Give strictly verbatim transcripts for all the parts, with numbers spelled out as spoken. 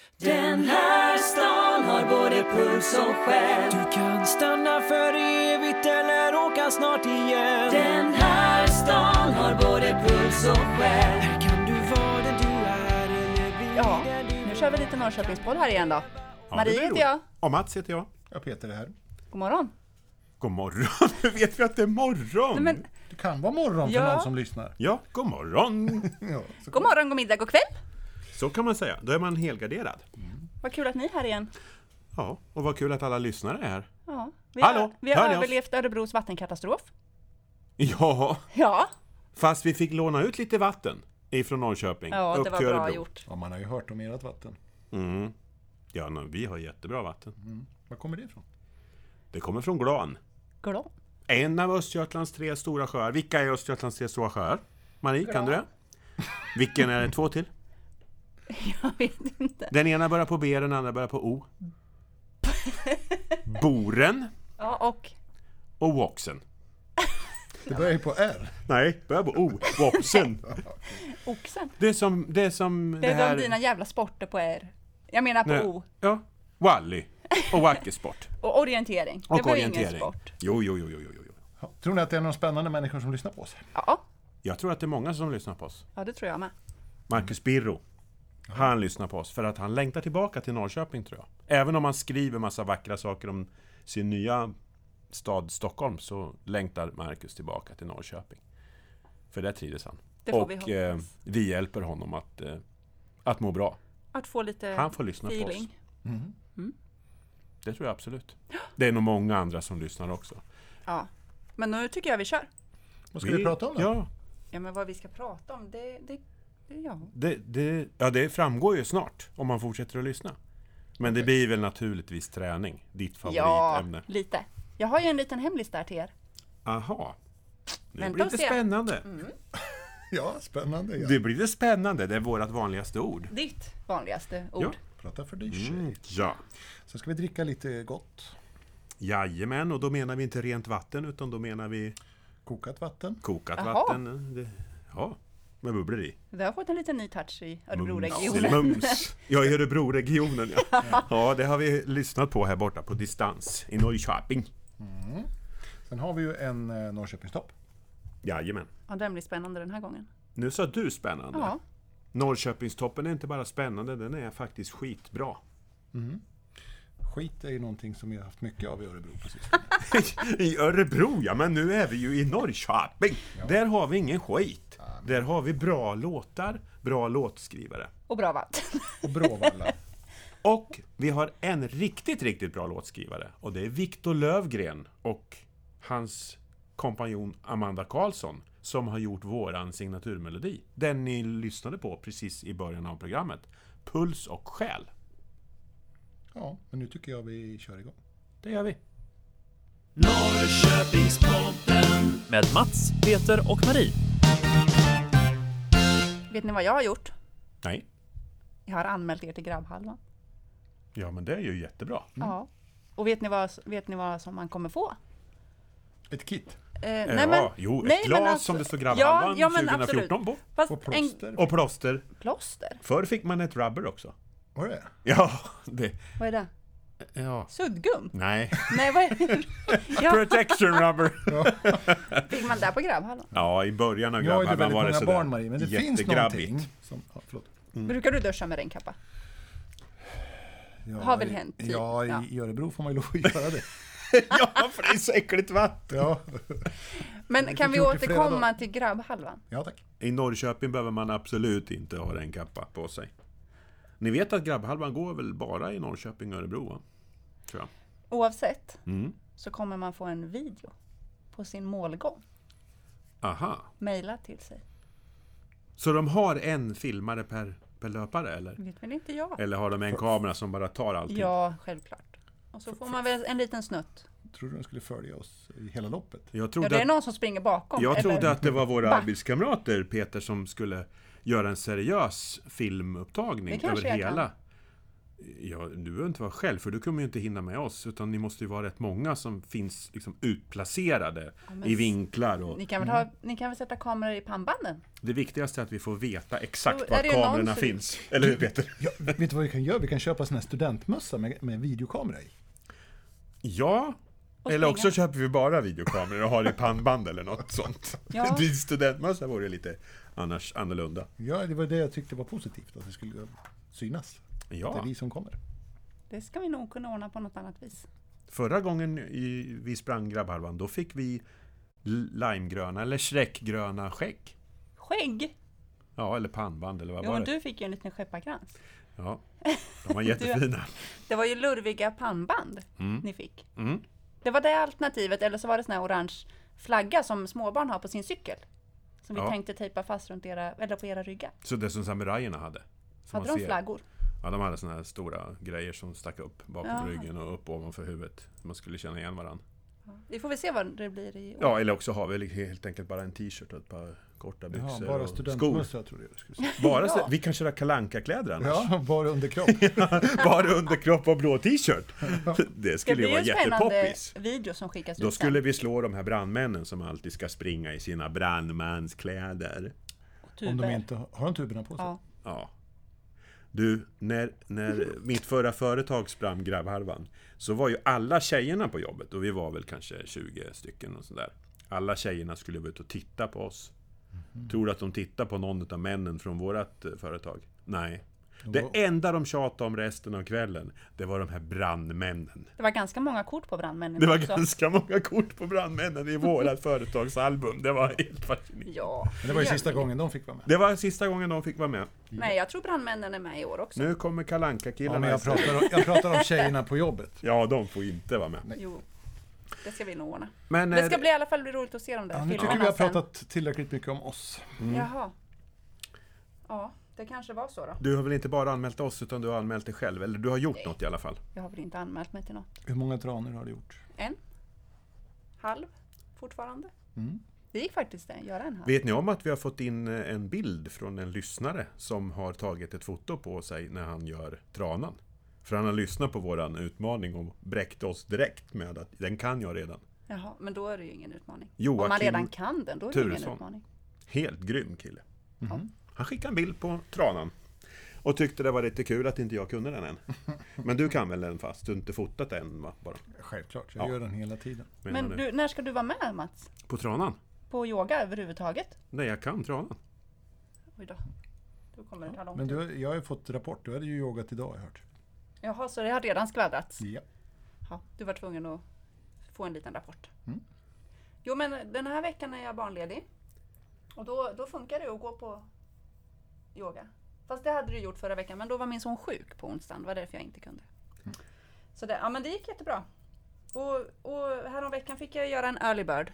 Den här stan har både puls och själ. Du kan stanna för evigt eller åka snart igen. Den här stan har både puls och själ. Här kan du vara den du är eller bli Ja, den du nu kör vi lite Norrköpingspodd här igen då. Ja, Marie det blir heter roligt. jag. Och Mats heter jag. Ja, Peter är här. God morgon. God morgon. Hur vet vi att det är morgon? Nej, men, Det kan vara morgon för Ja. någon som lyssnar. Ja, god morgon. Ja, så god morgon, god middag, god kväll. Så kan man säga. Då är man helgarderad. Vad kul att ni är här igen. Ja, och vad kul att alla lyssnare är här. Ja, vi Hallå, har, vi hör har ni oss? överlevt Örebros vattenkatastrof. Ja, Ja, fast vi fick låna ut lite vatten ifrån Norrköping. ja upp det var till bra Örebro. gjort. Ja, man har ju hört om ert vatten. Mm. Ja, no, vi har jättebra vatten. Mm. Var kommer det ifrån? Det kommer från Glan. Glad. En av Östergötlands tre stora sjöar. Vilka är Östergötlands tre stora sjöar? Marie, kan du det? Vilken är det två till? Jag vet inte. Den ena börjar på B, den andra börjar på O. Boren Ja, och och Woxen. Det börjar ju på R. Nej, börjar på O. Woxen. oxen. Det är som det, är som Det det, är här... de dina jävla sporter på er. Jag menar på Nej. O. Ja, Wally och Wackesport. Och orientering. Och det var ju ingen orientering. sport. Jo, jo, jo, jo, jo, jo. Ja. Tror ni att det är några spännande människor som lyssnar på oss? Ja, Jag tror att det är många som lyssnar på oss. ja det tror jag med. Marcus Birro. Han lyssnar på oss för att han längtar tillbaka till Norrköping, tror jag. Även om han skriver massa vackra saker om sin nya stad Stockholm, så längtar Marcus tillbaka till Norrköping. För där trivs han. Det får och vi hoppas. eh, vi hjälper honom att, eh, att må bra. Att få lite Han får lyssna på oss. feeling. Mm. Det tror jag absolut. Det är nog många andra som lyssnar också. Ja. Men nu tycker jag vi kör. Vad ska vi, prata om då? Ja, Ja, men vad vi ska prata om, det... det, det ja. det, det, ja, det framgår ju snart om man fortsätter att lyssna. Men det blir väl naturligtvis träning, ditt ja, favoritämne. lite. Jag har ju en liten hemlis där till er. Aha. Nu Vänta blir och det se. spännande. Ja, spännande. Ja. Det blir det spännande, det är vårt vanligaste ord. Ditt vanligaste ord. Ja. Prata för dig själv. Mm, ja. Så ska vi dricka lite gott. Jajamän, och då menar vi inte rent vatten, utan då menar vi Kokat vatten. kokat Jaha. vatten. Det, ja, med bubblor i. Det har fått en liten ny touch i Mums, Örebro-regionen. mums. Ja, i Örebro-regionen, ja. Ja, det har vi lyssnat på här borta på distans i Norrköping. Mm. Sen har vi ju en eh, Norrköpingstopp. Jajamän. Ja, den blir spännande den här gången. Nu sa du spännande. Ja. Norrköpingstoppen är inte bara spännande, den är faktiskt skitbra. Mm. Skit är ju någonting som vi har haft mycket av i Örebro precis. I Örebro, ja, men nu är vi ju i Norrköping. Ja. Där har vi ingen skit. Ja, men- Där har vi bra låtar, bra låtskrivare. Och bra vatten. Och Bråvalla. Och vi har en riktigt, riktigt bra låtskrivare. Och det är Viktor Lövgren och hans kompanjon Amanda Karlsson som har gjort våran signaturmelodi. Den ni lyssnade på precis i början av programmet. Puls och själ. Ja, men nu tycker jag vi kör igång. Det gör vi. Norrköpingspodden med Mats, Peter och Marie. Vet ni vad jag har gjort? Nej. Jag har anmält er till grabbhalvan. Ja, men det är ju jättebra. Ja. Och vet ni vad, vet ni vad som man kommer få? Ett kit. Eh, Ja, jo, ett nej, glas men alltså- som det står grabbhalvan ja, ja, men tjugohundrafjorton på. Fast Och en plåster. Och plåster. plåster. Förr fick man ett rubber också. Var det? Ja, det... Vad är det? Ja. Suddgum? Nej. Nej, vad är det? Ja, Protection rubber. fick man där på grabbhalvan? Ja, i början av Nu har ju du grabbhalvan väldigt var det många sådär barn, Marie, men det finns jättegrabbigt. någonting som... Ja, förlåt. Brukar du duscha med regnkappa? Ja, Har väl hänt, typ. Ja, i, Ja. i Örebro får man ju lov att göra det. Ja, för det är så äckligt vatten. Ja, Men har kan vi fått gjort i flera återkomma dagar. till grabbhalvan? ja tack. I Norrköping behöver man absolut inte ha en kappa på sig. Ni vet att grabbhalvan går väl bara i Norrköping och Örebro, va? Tror jag. Oavsett Mm. så kommer man få en video på sin målgång. Aha. Maila till sig. Så de har en filmare per, per löpare, eller? Vet väl inte jag? Eller har de en kamera som bara tar allting? Ja, självklart. Och så får man väl en liten snutt. Tror du de skulle följa oss i hela loppet? Jag Ja, trodde, det är att, någon som springer bakom. jag trodde eller? att det var våra Va? arbetskamrater, Peter, som skulle göra en seriös filmupptagning Det kanske över jag hela. Ja, du behöver inte vara själv, för du kommer ju inte hinna med oss, utan ni måste ju vara rätt många som finns liksom utplacerade Ja, men i vinklar. Och Ni kan, väl ha, ni kan väl sätta kameror i pannbanden? det viktigaste är att vi får veta exakt Så är var det ju någon kamerorna som- finns. Eller hur, Peter? Ja, vet du vad vi kan göra? Vi kan köpa såna här studentmössa med, med videokamera i. Ja, Och eller springa. också köper vi bara videokameror och har det i pannband eller något sånt. Ja. Din studentmössa vore lite annars annorlunda. Ja, det var det jag tyckte var positivt, att det skulle synas. Det är Ja, vi som kommer. Det ska vi nog kunna ordna på något annat vis. förra gången i, vi sprang grabbhalvan, då fick vi limegröna eller schräckgröna skägg. Skägg! Ja, eller pannband eller vad Jo, var men det? du fick ju en liten skepparkrans. Ja, de var jättefina. Det var ju lurviga pannband Mm. ni fick. Mm. Det var det alternativet, eller så var det sån här orange flagga som småbarn har på sin cykel. Som vi Ja. tänkte tejpa fast runt era, eller på era ryggar. Så det som samurajerna hade. Som Hade man de ser. flaggor? Ja, de hade såna här stora grejer som stack upp bakom Jaha. ryggen och upp ovanför huvudet. Man skulle känna igen varandra. Vi får väl se vad det blir i år. Ja, eller också har vi helt enkelt bara en t-shirt och ett par korta byxor Ja, bara och skor. studentmössa, jag tror det jag skulle säga. Bara så, Ja. vi kan köra Kalle Anka-kläder annars. Ja, bara underkropp. Bara underkropp och blå t-shirt. Det Det skulle ju blir vara ju en spännande jättepoppis. video som skickas Då ut skulle sen. vi slå de här brandmännen som alltid ska springa i sina brandmanskläder. Och tuber. Om de inte har, har de tuberna på sig? Ja. Ja. Du, när, när mitt förra företag sprang grabbhalvan, så var ju alla tjejerna på jobbet, och vi var väl kanske tjugo stycken och sådär. Alla tjejerna skulle vara ute och titta på oss. Mhm. Tror du att de tittar på någon av männen från vårat eh, företag? Nej. De Det var- enda de tjatade om resten av kvällen, det var de här brandmännen. Det var ganska många kort på brandmännen Det var också. ganska många kort på brandmännen i vårat företagsalbum. Det var helt fascinerande. Ja. Men det var ju gör sista vi. gången de fick vara med. Det var sista gången de fick vara med. Nej, jag tror brandmännen är med i år också. Nu kommer Kalle Anka-killarna. Ja, men jag pratar, om, jag pratar om tjejerna på jobbet. Ja, de får inte vara med. Jo, det ska vi nog ordna. Men, Det eh, ska bli i alla fall bli roligt att se de där Ja, nu filmerna tycker vi har sen. pratat tillräckligt mycket om oss. Mm. Jaha. Ja, det kanske var så då. Du har väl inte bara anmält oss, utan du har anmält dig själv? Eller du har gjort Nej. något i alla fall? Jag har väl inte anmält mig till något. Hur många tranor har du gjort? En? Halv? Fortfarande? Mm. Det gick faktiskt det, göra en halv. Vet ni om att vi har fått in eh, en bild från en lyssnare som har tagit ett foto på sig när han gör tranan? För han har lyssnat på våran utmaning och bräckte oss direkt med att den kan jag redan. Jaha, men då är det ju ingen utmaning. Joakim Om man redan kan den, då är det ingen Turesson. utmaning. Helt grym kille. Mhm. Han skickade en bild på tranan. Och tyckte det var lite kul att inte jag kunde den än. Men du kan väl den fast du inte fotat den, va? Bara. Självklart, jag Ja. gör den hela tiden. Menar Men du? du, när ska du vara med, Mats? På tranan? På yoga överhuvudtaget? Nej, jag kan tranan. Oj då. Då kommer det ta lång Men tid. du, jag har ju fått rapport, du hade ju yogat idag har jag hört. Jaha, så det har redan skvallrats? Ja. Ja, du var tvungen att få en liten rapport. Mm. Jo, men den här veckan är jag barnledig. Och då, då funkar det att gå på yoga. Fast det hade du gjort förra veckan, men då var min son sjuk på onsdagen. Det var därför jag inte kunde. Mm. Så det, ja, men det gick jättebra. Och, och härom veckan fick jag göra en early bird.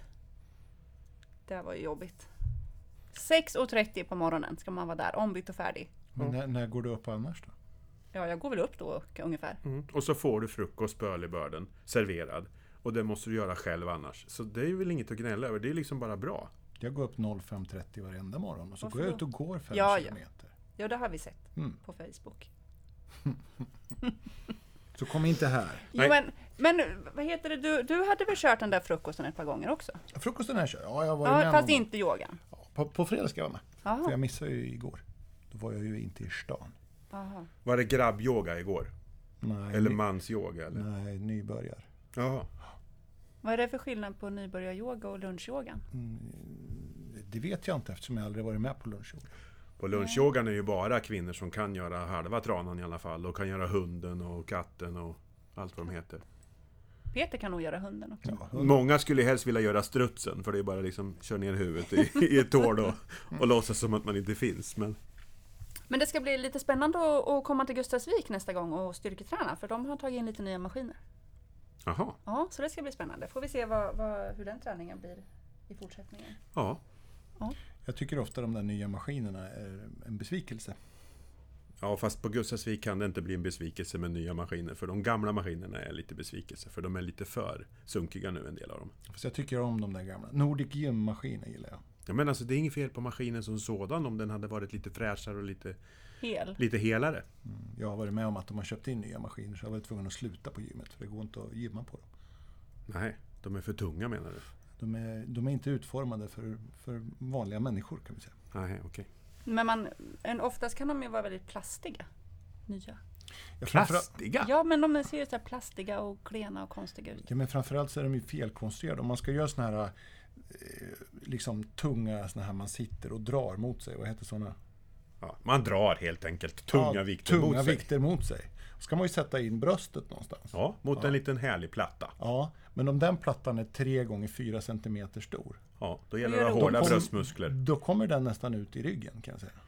Det var ju jobbigt. sex och trettio på morgonen ska man vara där, ombytt och färdig. Men när, när går du upp annars då? Ja, jag går väl upp då ungefär. Mm. Och så får du frukost på earlybirden serverad. Och det måste du göra själv annars. Så det är ju väl inget att gnälla över. Det är liksom bara bra. Jag går upp fem trettio varenda morgon och så Varför går jag då? ut och går fem Ja, ja. kilometer. Ja, det har vi sett Mm. på Facebook. Så kom inte här. Jo, Nej. men, men vad heter det, du, du hade väl kört den där frukosten ett par gånger också? Frukosten här kör jag. Ja, jag var ju Ja, med fast någon gång. inte yogan. Ja, på, på fredag ska jag vara med. För Jaha. jag missade ju igår. Då var jag ju inte i stan. Jaha. Var det grabbyoga igår? Nej, Eller ny, mansyoga? Eller? nej nybörjar. Jaha. Vad är det för skillnad på nybörjaryoga och lunchyogan? Mm, det vet jag inte eftersom jag aldrig varit med på lunchyoga. På lunchyogan är ju bara kvinnor som kan göra halva tranan i alla fall. Och kan göra hunden och katten och allt vad de heter. Peter kan nog göra hunden också. Ja, hund- Många skulle helst vilja göra strutsen. För det är bara liksom kör ner huvudet i, i ett hål och, och låtsas som att man inte finns. Men Men det ska bli lite spännande att, att komma till Gustavsvik nästa gång och styrketräna. För de har tagit in lite nya maskiner. jaha. Ja, så det ska bli spännande. Får vi se vad, vad, hur den träningen blir i fortsättningen. Ja. Jag tycker ofta de där nya maskinerna är en besvikelse. Ja, fast på Gustavsvik kan det inte bli en besvikelse med nya maskiner. För de gamla maskinerna är lite besvikelse. För de är lite för sunkiga nu, en del av dem. Fast jag tycker om de där gamla. Nordic Gym-maskiner gillar jag. Ja, men alltså det är inget fel på maskinen som sådan om den hade varit lite fräschare och lite, Hel. lite helare. Mm. Jag har varit med om att de har köpt in nya maskiner så jag har varit tvungen att sluta på gymmet för det går inte att gymma på dem. Nej, de är för tunga menar du? De är, de är inte utformade för, för vanliga människor kan vi säga. Nej, okej. Men man, en, oftast kan de ju vara väldigt plastiga. Nya. Ja, framförallt- Plastiga? Ja, men de ser ju så här plastiga och klena och konstiga ut. Ja, men framförallt så är de ju felkonstruerade. Om man ska göra såna här eh, liksom tunga såna här man sitter och drar mot sig. Vad heter såna? Ja, man drar helt enkelt tunga Ja, vikter tunga mot sig. vikter mot sig. Ska man ju sätta in bröstet någonstans. Ja, mot en liten härlig platta. Ja, men om den plattan är tre gånger fyra centimeter stor. Ja, då gäller Då det gör att ha det hårda ont. bröstmuskler. Då kommer den nästan ut i ryggen kan jag säga.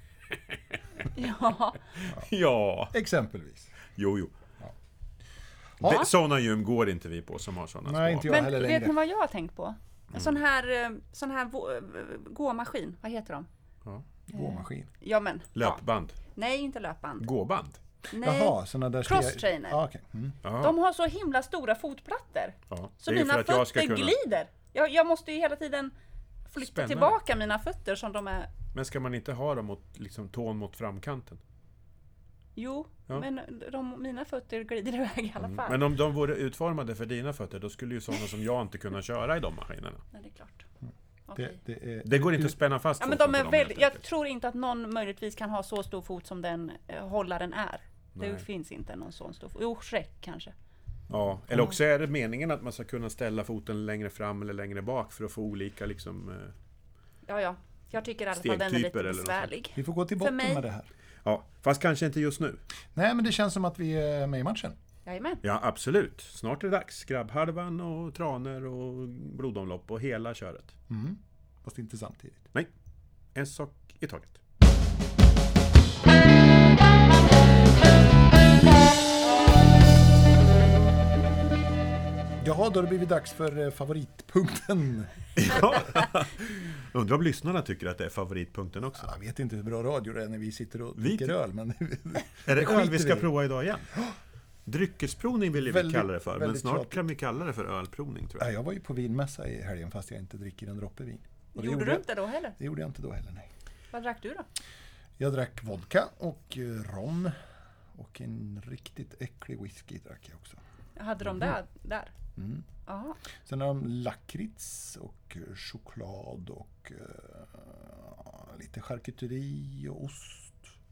Ja, Ja, Exempelvis. jo, jo. Ja. Det, sådana gym går inte vi på som har sådana Nej, små. inte jag men heller vet längre. ni vad jag har tänkt på? En sån här, eh, sån här vå- gåmaskin, vad heter de? Ja. Gåmaskin. Ja men, ja. Löpband. Nej, inte löpband. Gåband. Nej, Jaha, såna där... Cross trainer. Ja, okej. Mm. Ja. de har så himla stora fotplattor. Ja. Så det är ju mina för att jag ska fötter kunna... glider. Jag, jag måste ju hela tiden flytta Spännande. tillbaka mina fötter som de är. Men ska man inte ha dem mot, liksom, tån mot framkanten? Jo, Ja. men de, mina fötter glider iväg i alla fall. Men om de vore utformade för dina fötter, då skulle ju sådana som jag inte kunna köra i de maskinerna. Nej, det är klart. Det, Okej. det är... Det går inte att spänna fast Ja, men foten de är på dem, väldigt, helt jag enkelt. tror inte att någon möjligtvis kan ha så stor fot som den eh, hållaren är. Det Nej. finns inte någon sån stor fot. Jo, Shrek kanske. Ja, eller också är det meningen att man ska kunna ställa foten längre fram eller längre bak för att få olika liksom... eh, Ja, ja. Jag tycker i alla fall den är Stegtyper lite eller något besvärlig. Vi får gå till För botten mig- med det här. Ja, fast kanske inte just nu. Nej, men det känns som att vi är med i matchen. Jajamän. Ja, absolut. Snart är det dags. Grabbharvan och traner och blodomlopp och hela köret. Mm. Fast inte samtidigt. Nej, en sak i taget. Jaha, då har det blivit dags för eh, favoritpunkten. Ja. Undrar om lyssnarna tycker att det är favoritpunkten också. Jag vet inte hur bra radio det är när vi sitter och Vi- dricker öl, men Är det skiter öl vi ska vi i. prova idag igen? Dryckesprovning vill vi Väldigt- kalla det för, men väldigt snart tjatigt. kan vi kalla det för ölprovning tror Ja, jag. jag var ju på vinmässa i helgen fast jag inte dricker en droppe vin. Och det Gjorde du jag, inte då heller? Det gjorde jag inte då heller, nej. Vad drack du då? Jag drack vodka och eh, rom och en riktigt äcklig whisky drack jag också. Hade de där? där? Mm. Jaha. Sen har de lakrits och eh, choklad och eh, lite charkuteri och ost.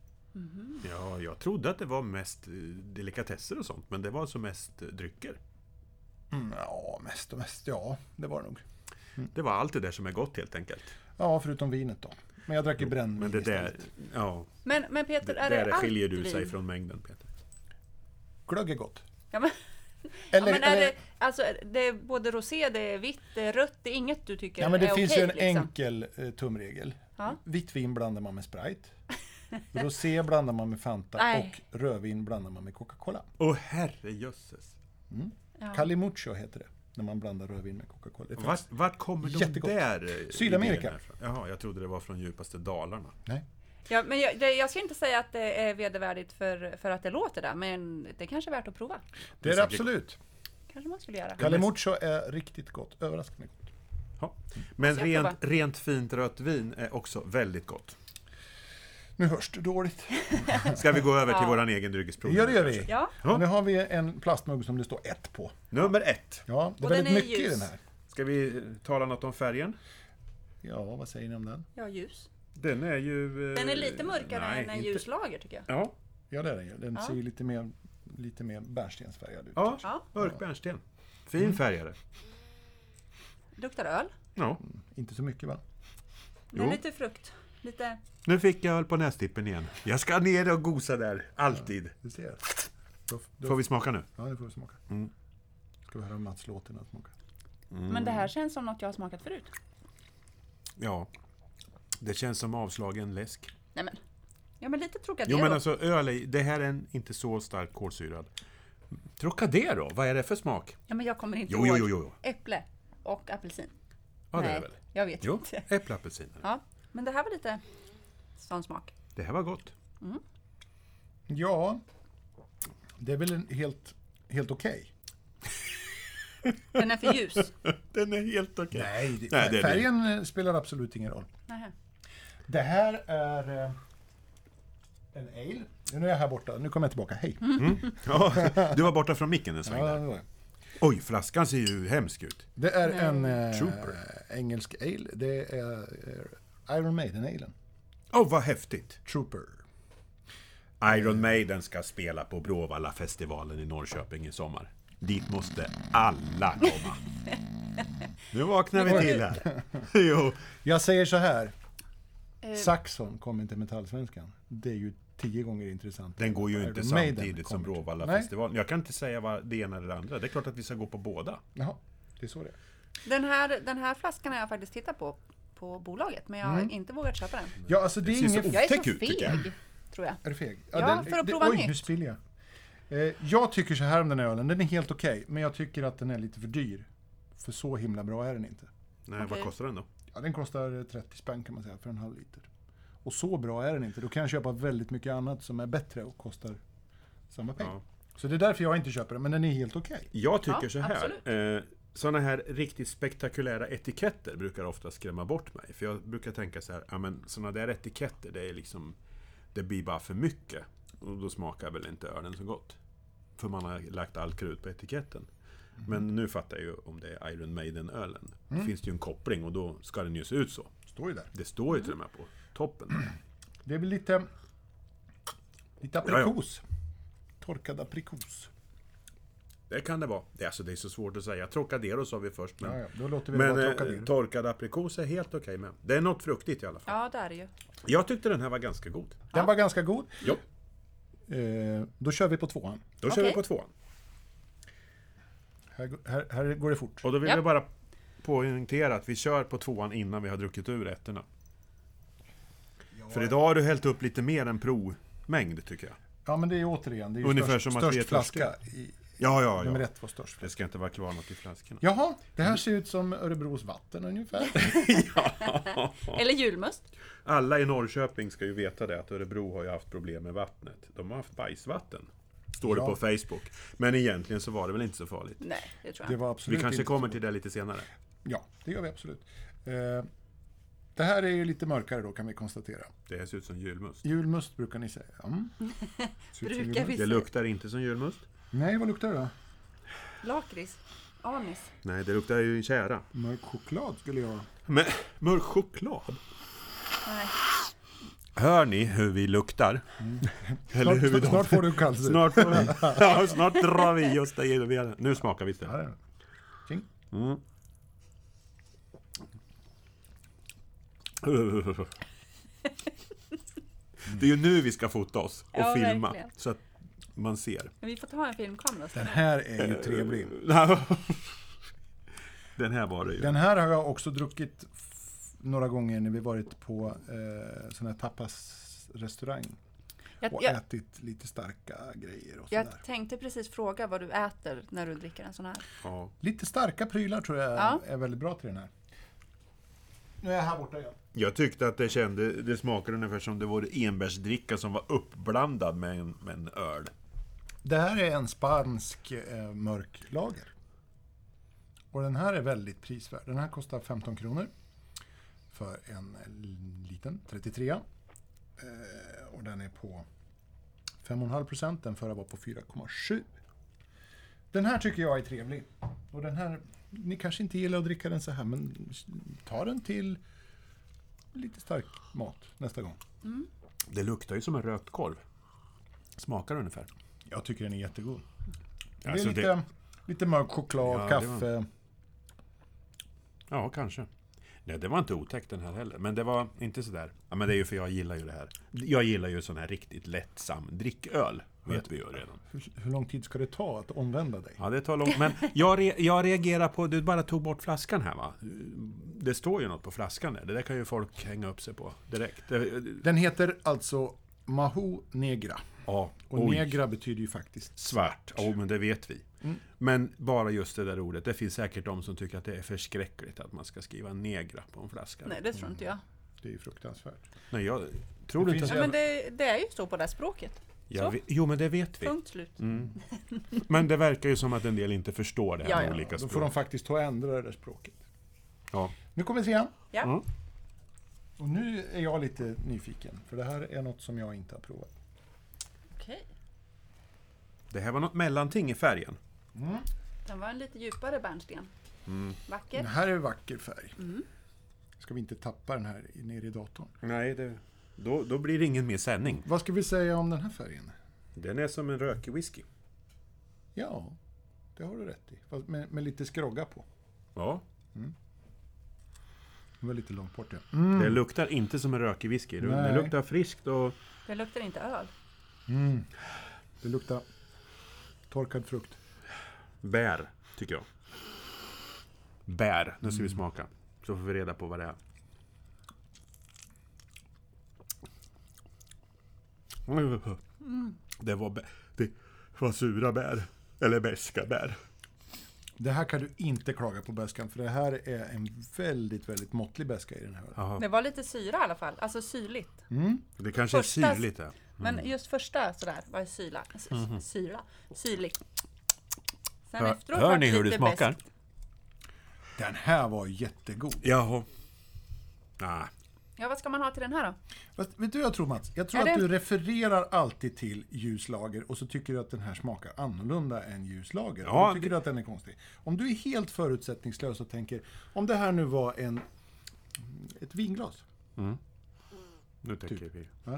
Ja, jag trodde att det var mest eh, delikatesser och sånt, men det var alltså mest eh, drycker. Mm, ja, mest och mest, ja, det var det nog. Det var allt det där som är gott helt enkelt. Ja, förutom vinet då. Men jag drack ju brännvin Men det där, istället. ja, Men, men Peter, är där det skiljer allt du sig vin? från mängden, Peter. Glögg är gott. Ja, men, Eller, ja, men är eller, det, alltså, det är både rosé, det är vitt, det är rött, det är inget du tycker ja, men det är finns okej, ju en liksom. enkel eh, tumregel. Ja. Vitt vin blandar man med Sprite. Rosé blandar man med Fanta Nej. och rödvin blandar man med Coca-Cola. Åh herrejösses. Ja. Calimucho heter det, när man blandar rödvin med Coca-Cola. Det är Vart, faktiskt- vart kommer de Jättegott. där eh, Sydamerika. idéerna ifrån? Jaha, jag trodde det var från djupaste Dalarna. Nej. Ja, men jag, det, jag ska inte säga att det är vedervärdigt för, för att det låter där, men det kanske är värt att prova. Det är det absolut. Kanske man skulle göra. Calimucho är riktigt gott, överraskande gott. Ja. Men Ska jag rent, rent fint rött vin är också väldigt gott. Nu hörs det dåligt. Ska vi gå över till Ja. våran egen dryckesprovning? Ja, det gör vi. Ja, Ja. Och nu har vi en plastmugg som det står ett på. Nummer ett. Ja, det är Och den väldigt är mycket i ljus. den här. Ska vi eh, tala något om färgen? Ja, vad säger ni om den? ja, ljus. Den är ju... eh, Den är lite mörkare nej, än en inte- ljuslager tycker jag. Ja, Ja, det är den ju. Den Ja. ser ju lite mer, lite mer bärnstensfärgad ut. ja, Ja, mörk bärnsten. Fin färgare. luktar öl. Ja. Inte så mycket va? Men Jo. lite frukt. Lite... Nu fick jag öl på nästippen igen. Jag ska ner och gosa där, alltid. Du ser. Då, då, Får vi smaka nu? Ja, det får vi smaka. Mm. Ska vi höra Mats låt innan smaka. Men det här känns som något jag har smakat förut. Ja. Det känns som avslagen läsk. Nej men. Ja men lite Trocadero. Jo men alltså öl, är- det här är en inte så starkt kolsyrad. Trocadero, vad är det för smak? Ja men jag kommer inte Jo, ihåg. jo, jo, jo. Äpple och apelsin. Ja, det är Nej, det väl? jag vet Jo, inte. äppleapelsiner. Ja, men det här var lite sån smak. Det här var gott. Ja, det är väl en helt, helt okej. Den är för ljus. Den är helt okej. Nej, det, Nej, det är färgen eh, spelar absolut ingen roll. Nähä. Det här är... eh, en ale. Nu är jag här borta. Nu kommer jag tillbaka. Hej. Mm. Ja, du var borta från micken en sväng Ja, där. det var det. Oj, flaskan ser ju hemsk ut. Det är en eh, Trooper. engelsk ale. Det är eh, Iron Maiden-alen. Åh, oh, vad häftigt. Trooper. Iron Maiden ska spela på Bråvalla-festivalen i Norrköping i sommar. Dit måste alla komma. Nu vaknar vi till här. Jo. Jag säger så här. Eh, Saxon kommer till Metallsvenskan. Det är ju tio gånger intressant. Den går ju Iron inte Maiden samtidigt som kommer till. Bråvalla-festivalen. Jag kan inte säga vad det ena eller det andra. Det är klart att vi ska gå på båda. Jaha, det är så det är. Den här, den här flaskan har jag faktiskt tittat på på bolaget, men jag har inte vågat köpa den. Ja, alltså det är Det ser inget... så Jag är så otäck ut, tycker jag. feg, tror jag. Är du feg? Ja, för att prova oj, nytt. nu spiller jag. Eh, jag tycker så här om den här ölen. Den är helt okej. Men jag tycker att den är lite för dyr. För så himla bra är den inte. Nej, Okej. vad kostar den då? Ja, den kostar trettio spänn kan man säga för en halv liter. Och så bra är den inte. Då kan jag köpa väldigt mycket annat som är bättre och kostar samma pengar. Ja. Så det är därför jag inte köper den. Men den är helt okej. Jag tycker Ja, så här. Eh, sådana här riktigt spektakulära etiketter brukar ofta skrämma bort mig. För jag brukar tänka så här, ja men sådana där etiketter, det är liksom, det blir bara för mycket. Och då smakar väl inte ölen så gott. För man har lagt all krut på etiketten. Mm. Men nu fattar jag ju om det är Iron Maiden-ölen. Mm. Det finns det ju en koppling och då ska den ju se ut så. Står ju där. Det står ju till och med på toppen. Det blir lite... Lite Ja, ja. aprikos. Torkad aprikos. Det kan det vara. Det är, alltså, det är så svårt att säga. Trocadero sa vi först. Men, Ja, ja. Då låter vi men det vara eh, Trocadero. torkad aprikos är helt okej med. Det är något fruktigt i alla fall. Ja, det är det ju. Jag tyckte den här var ganska god. Den var ganska god. Jo, Eh, då kör vi på tvåan. då kör vi Okej. på tvåan. Här, här, här går det fort. Och då vill Ja. jag bara poängtera att vi kör på tvåan innan vi har druckit ur ettorna. För idag har du hällt upp lite mer än provmängd, tycker jag. Ja, men det är ju återigen. Det är ju Ungefär störst, som att vi störst är törstiga. flaska. I, Ja, ja, nummer ja. ett var störst Det flaska. ska inte vara kvar något i flaskorna. Jaha, det här ser ut som Örebros vatten ungefär. Eller julmust. Alla i Norrköping ska ju veta det, att Örebro har ju haft problem med vattnet. De har haft bajsvatten. Står Ja. det på Facebook. Men egentligen så var det väl inte så farligt. Nej, det tror Det jag. var absolut Vi kanske inte kommer så. till det lite senare. Ja, det gör vi absolut. Eh, det här är ju lite mörkare då, kan vi konstatera. Det här ser ut som julmust. Julmust brukar ni säga. Mm. Ser ut som Brukar julmust. vi Det luktar inte som julmust. Nej, vad luktar det då? Lakrits. Anis. Nej, det luktar ju tjära. Mörk choklad skulle jag... Men mörk choklad? Nej. Hör ni hur vi luktar? Eller Snart, hur vi snart, snart får du kallelse. Snart, får vi, ja, snart drar vi oss där igenom. Nu smakar vi Ja, istället. det är det. Tjing. Mm. Det är ju nu vi ska fota oss och Ja, filma. verkligen. Så att man ser. Men vi får ta en filmkamera Den sen. här är ju trevlig. Den här var det ju. Den här har jag också druckit f- några gånger när vi varit på eh, sån här tapasrestaurang. Jag, Och jag, ätit lite starka grejer och jag sådär. tänkte precis fråga vad du äter när du dricker en sån här. Ja. Lite starka prylar tror jag Ja. är väldigt bra till den här. Nu är jag här borta igen. Jag tyckte att det kände, det smakade ungefär som det var enbärsdricka som var uppblandad med en, med en öl. Det här är en spansk eh, mörk lager. Och den här är väldigt prisvärd. Den här kostar femton kronor. För en eh, liten, trettiotre. Eh, och den är på fem komma fem procent. Den förra var på fyra komma sju. Den här tycker jag är trevlig. Och den här, ni kanske inte gillar att dricka den så här, men ta den till lite stark mat nästa gång. Det luktar ju som en rökt korv. Smakar ungefär. Jag tycker den är jättegod. Det är Alltså lite, det- lite mörk choklad, Ja, det kaffe. Ja, kanske. Nej, det var inte otäckt den här heller. Men det var inte sådär. Ja, men det är ju för jag gillar ju det här. Jag gillar ju sån här riktigt lättsam dricköl. Vet vi ju redan. Hur, hur lång tid ska det ta att omvända dig? Ja, det tar långt. Men jag, re, jag reagerar på... Du bara tog bort flaskan här, va? Det står ju något på flaskan där. Det där kan ju folk hänga upp sig på direkt. Det, Den heter alltså Mahu Negra. ja, Och oj. negra betyder ju faktiskt Svart. Ja, men det vet vi. Mm. Men bara just det där ordet. Det finns säkert de som tycker att det är förskräckligt att man ska skriva negra på en flaska. Nej, det tror inte jag. Det är ju fruktansvärt. Nej, jag tror Det inte finns att... Ja, men det, det är ju så på det här språket. Jag så. vet, jo, men det vet vi. Punkt slut. Mm. Men det verkar ju som att en del inte förstår det här Ja, med ja. olika Då språk. får de faktiskt ta och ändra det där språket. Ja. Nu kommer trean. Ja. Mm. Och nu är jag lite nyfiken. För det här är något som jag inte har provat. Det här var något mellanting i färgen. Mm. Den var en lite djupare bärnsten. Mm. Vacker. Den här är vacker färg. Mm. Ska vi inte tappa den här ner i datorn? Nej, det, då, då blir det ingen mer sändning. Vad ska vi säga om den här färgen? Den är som en rökig whisky. Ja, det har du rätt i. Fast med, med lite skrogga på. Ja, Det var lite långt bort. Ja. Mm. det luktar inte som en rökig whisky. Det, det Nej. luktar friskt och Det luktar inte öl. Mm. Det luktar torkad frukt. bär, tycker jag. Bär, nu ska vi smaka. Så får vi reda på vad det är. Mm. Det var bär. Det var sura bär. Eller beska bär. Det här kan du inte klaga på bäskan, för det här är en väldigt, väldigt måttlig bäska i den här. Jaha. Det var lite syra i alla fall. Alltså syrligt. Mm. Det kanske Första- är syrligt. Ja. Men just första sådär var syla. S- Syra. Syrligt. Sen Hör, efteråt hör var ni hur det lite smakar? beskt. Den här var jättegod. Jaha. Ah. Ja, vad ska man ha till den här då? Fast, vet du vad jag tror, Mats? Jag tror Är att det- du refererar alltid till ljuslager och så tycker du att den här smakar annorlunda än ljuslager. Ja, och då tycker det- du att den är konstig. Om du är helt förutsättningslös och tänker, om det här nu var en ett vinglas. Mm. Nu tänker Typ. vi. Ja?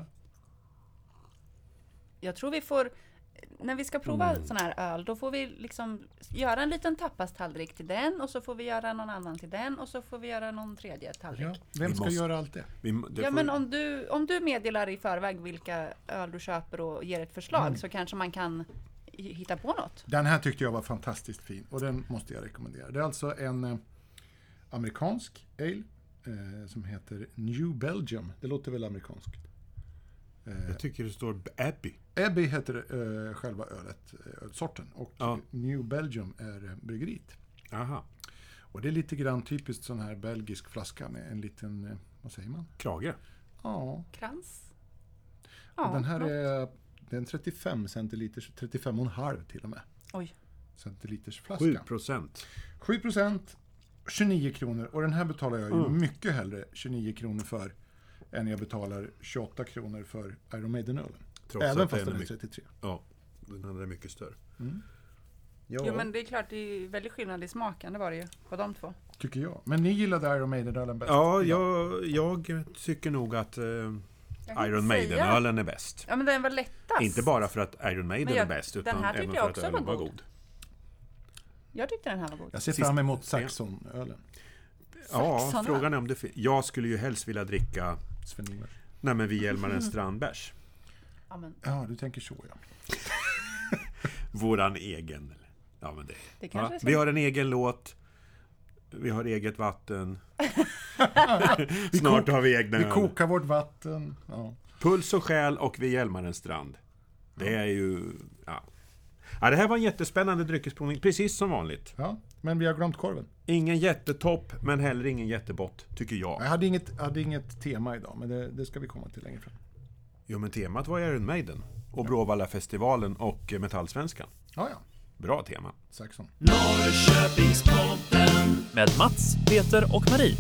Jag tror vi får, när vi ska prova Mm. sån här öl, då får vi liksom göra en liten tapastallrik till den och så får vi göra någon annan till den och så får vi göra någon tredje tallrik. Ja. Ja, Vem Vi ska måste- göra allt det? Vi, må- det får- men om du, om du meddelar i förväg vilka öl du köper och ger ett förslag Mm. så kanske man kan hi- hitta på något. Den här tyckte jag var fantastiskt fin och den måste jag rekommendera. Det är alltså en eh, amerikansk ale eh, som heter New Belgium. Det låter väl amerikanskt. Eh, Jag tycker det står Abbey. Abbey heter eh, själva ölet, eh, ölsorten, och Ja. New Belgium är eh, bryggeriet. Aha. Och det är lite grann typiskt sån här belgisk flaska med en liten, eh, vad säger man? Krage. Ja, Krans? den här något. är, det är en trettiofem centiliters, trettiofem och en halv till och med. Oj. Centiliters Sju flaska. procent. sju procent, tjugonio kronor. Och den här betalar jag ju Mm. mycket hellre tjugonio kronor för än jag betalar tjugoåtta kronor för Iron Maiden-ölen. Trots Även att fast den den är är mycket, trettiotre. ja, den andra är mycket större. Mm. Ja, Jo, men det är klart, det är väldigt skillnad i smaken, det var det ju, på de två. Tycker jag. Men ni gillade Iron Maiden-ölen bäst? ja jag, jag tycker nog att eh, Jag kan Iron inte Maiden-ölen är bäst. Ja, men den var lättast. Inte bara för att Iron Maiden Men jag- är bäst, den utan här även tyckte för jag att också ölen var var god. god. Jag tyckte den här var god. Jag ser Sist- fram emot Saxon-ölen. Ja, Saxarna. frågan är om det fin- Jag skulle ju helst vilja dricka Sven-Ingvars. Nej men vi Hjälmaren Strandbärs. Ja, men Ja, du tänker så ja. Våran egen. Ja, men det. det kanske Ja, ska... vi har en egen låt. Vi har eget vatten. Snart kok- har vi egna Vi öl. kokar vårt vatten. Ja. Puls och själ och vi Hjälmaren Strand. Det är ju... Ja. Ja, det här var en jättespännande dryckesprovning, precis som vanligt. Ja, men vi har glömt korven. Ingen jättetopp, men heller ingen jättebott, tycker jag. Jag hade inget, hade inget tema idag, men det, det ska vi komma till längre fram. Jo, men temat var Iron Maiden. Och Bråvalla-festivalen och Metallsvenskan. Ja, ja. Bra tema. Saxon. Norrköpingspodden. Med Mats, Peter och Marie.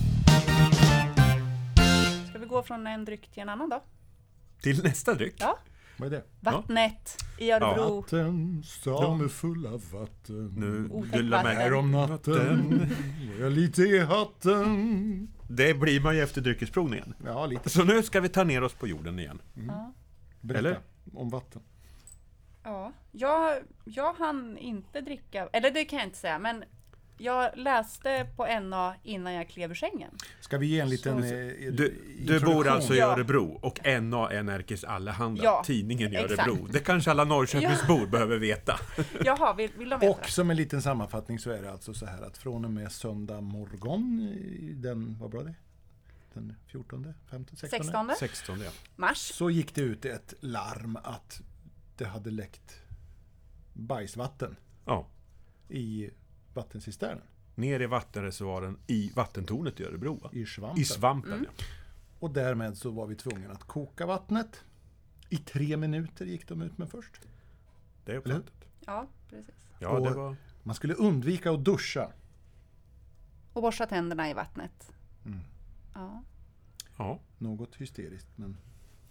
Ska vi gå från en dryck till en annan då? Till nästa dryck. Ja. Vad är det? Vattnet i Örebro. Vatten som är fulla vatten. Nu Otäckt du la vatten. Här om natten var jag lite i hatten. Det blir man ju efter dryckesprovningen. Ja, lite. Så nu ska vi ta ner oss på jorden igen. Ja. Berätta Eller? om vatten. Ja, jag, jag hann inte dricka, eller det kan jag inte säga, men jag läste på N A innan jag klev ur sängen. Ska vi ge en liten Så- eh, Du, du introduktion? bor alltså i Ja. Örebro och N A är Närkes Allehanda, Ja, tidningen i exakt. Örebro. Det kanske alla Norrköpingsbor behöver veta. Jaha, vill, vill de veta Och som en liten sammanfattning så är det alltså så här att från och med söndag morgon, i den, vad var det? Den fjortonde, femtonde, det? sextonde? sextonde sexton, ja. mars. Så gick det ut ett larm att det hade läckt bajsvatten Ja. i vattencisternen, Ner i vattenreservoaren i vattentornet i Örebro. Va? i svampen. I svampen, Mm. ja. Och därmed så var vi tvungna att koka vattnet. I tre minuter gick de ut med först. Det är Eller hur? uppfattat. Ja, precis. Ja, Och- det var... Man skulle undvika att duscha. Och borsta tänderna i vattnet. Mm. Ja. Ja. Något hysteriskt, men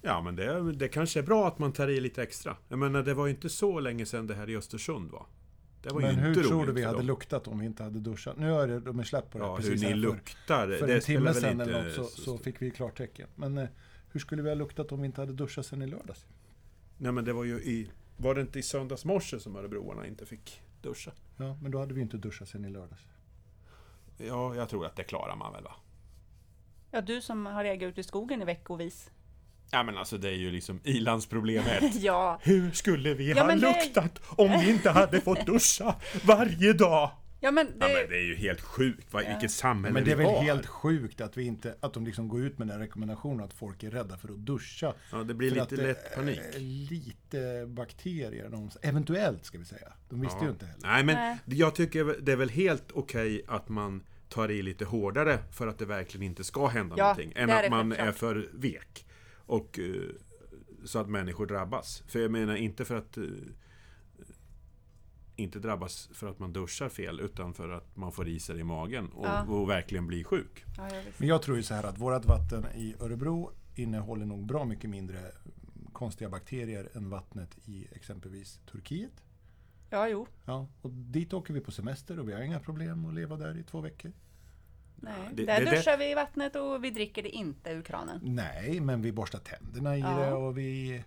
Ja, men det, det kanske är bra att man tar i lite extra. Jag menar, det var ju inte så länge sedan det här i Östersund var. Det var Men ju hur inte tror roligt du vi för hade dem. luktat om vi inte hade duschat? Nu har det, de är släppt på det Ja, precis hur ni här luktar, för, för det en spelar timme väl sedan inte eller något så, så så stor- fick vi klartecken. Men eh, hur skulle vi ha luktat om vi inte hade duschat sen i lördags? Nej, men det var ju i... Var det inte i söndags morse som örebroarna inte fick duscha? Ja, men då hade vi inte duschat sen i lördags. Ja, jag tror att det klarar man väl, va? Ja, du som har legat ute i skogen i veckovis. Ja, men alltså det är ju liksom ilandsproblemet. Ja. Hur skulle vi Ja, ha men det- luktat om vi inte hade fått duscha varje dag? Ja, men det... Ja, men det är ju helt sjukt, vad, vilket samhälle Men det är vi väl har. helt sjukt att vi inte, att de liksom går ut med den rekommendationen att folk är rädda för att duscha. Ja, det blir För lite att det lätt panik. är lite bakterier, någonstans. Eventuellt ska vi säga. De visste Ja. ju inte heller. Nej, men Nej. jag tycker det är väl helt okej att man tar i lite hårdare för att det verkligen inte ska hända Ja, någonting. Än det är att det man självklart. är för vek. Och eh, så att människor drabbas. För jag menar inte för att eh, inte drabbas för att man duschar fel, utan för att man får i sig i magen och, Ja. och verkligen blir sjuk. Ja, jag visst. Men jag tror ju så här att vårt vatten i Örebro innehåller nog bra mycket mindre konstiga bakterier än vattnet i exempelvis Turkiet. Ja, jo. Ja, och dit åker vi på semester och vi har inga problem att leva där i två veckor. Nej. det- Där det- duschar vi i vattnet och vi dricker det inte ur kranen. Nej, men vi borstar tänderna i Ja. det och vi,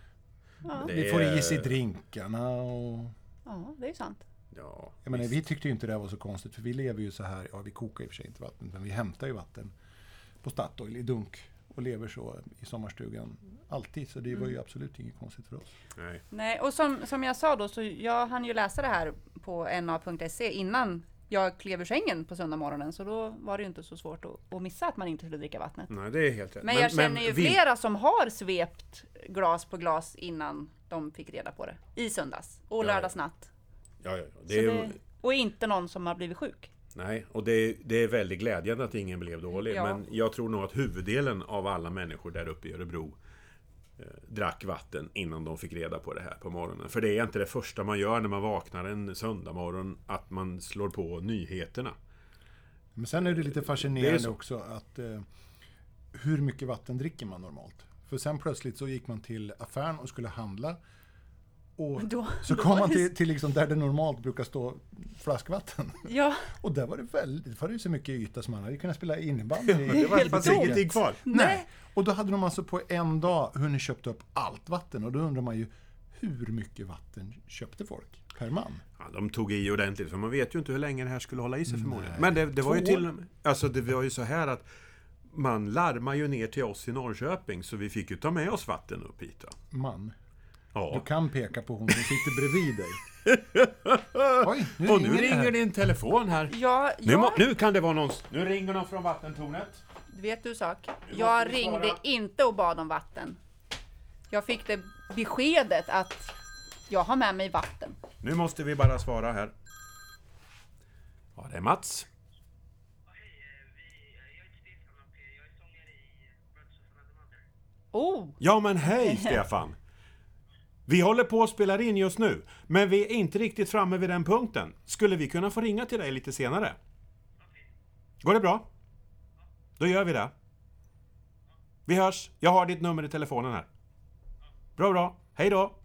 Ja, Det vi får är- is i drinkarna. Och, ja det är ju sant. Ja, jag menar, visst. vi tyckte ju inte det var så konstigt för vi lever ju så här, ja vi kokar i och för sig inte vatten, men vi hämtar ju vatten på Statoil i dunk och lever så i sommarstugan alltid. Så det var ju absolut inget konstigt för oss. Nej. Nej, och som, som jag sa då, så jag hann ju läsa det här på n a punkt se innan jag klev ur sängen på söndag morgonen, så då var det ju inte så svårt att, att missa att man inte skulle dricka vattnet. Nej, det är helt rätt. Men jag känner ju vi- flera som har svept glas på glas innan de fick reda på det. I söndags och Ja, lördagsnatt. Ja, ja, ja. Så Det är ju... det, och inte någon som har blivit sjuk. Nej, och det är, det är väldigt glädjande att ingen blev dålig. Ja. Men jag tror nog att huvuddelen av alla människor där uppe i Örebro eh, drack vatten innan de fick reda på det här på morgonen. För det är inte det första man gör när man vaknar en söndag morgon, att man slår på nyheterna. Men sen är det lite Det är fascinerande så. också att eh, hur mycket vatten dricker man normalt? För sen plötsligt så gick man till affären och skulle handla. Och Då- så då kom var man det- till, till liksom där det normalt brukar stå flaskvatten. Ja, Och där var det väldigt, var det så mycket yta som man hade kunnat spela innebandy. i- Det var Helt fanns tomt. ingenting kvar. Nej. Och då hade de alltså på en dag hunnit köpt upp allt vatten. Och då undrar man ju, hur mycket vatten köpte folk per man? Ja, de tog i ordentligt, för man vet ju inte hur länge det här skulle hålla i sig förmodligen. Nej. Men det, det var ju Två till år. alltså det var ju så här att man larmade ju ner till oss i Norrköping, så vi fick ju ta med oss vatten upp hit. Då. Man. Du Ja. kan peka på hon som sitter bredvid dig. Oj, nu Och nu ringer det här. ringer din telefon här. ja, Nu, må, ja. nu kan det vara någon... Nu ringer någon från vattentornet. Vet du sak? Nu Jag måste vi ringde svara. inte och bad om vatten. Jag fick det beskedet att jag har med mig vatten. Nu måste vi bara svara här. Ja, det är Mats. Oh, Ja, men hej Stefan! Vi håller på att spela in just nu, men vi är inte riktigt framme vid den punkten. Skulle vi kunna få ringa till dig lite senare? Går det bra? Då gör vi det. Vi hörs. Jag har ditt nummer i telefonen här. Bra, bra. Hej då!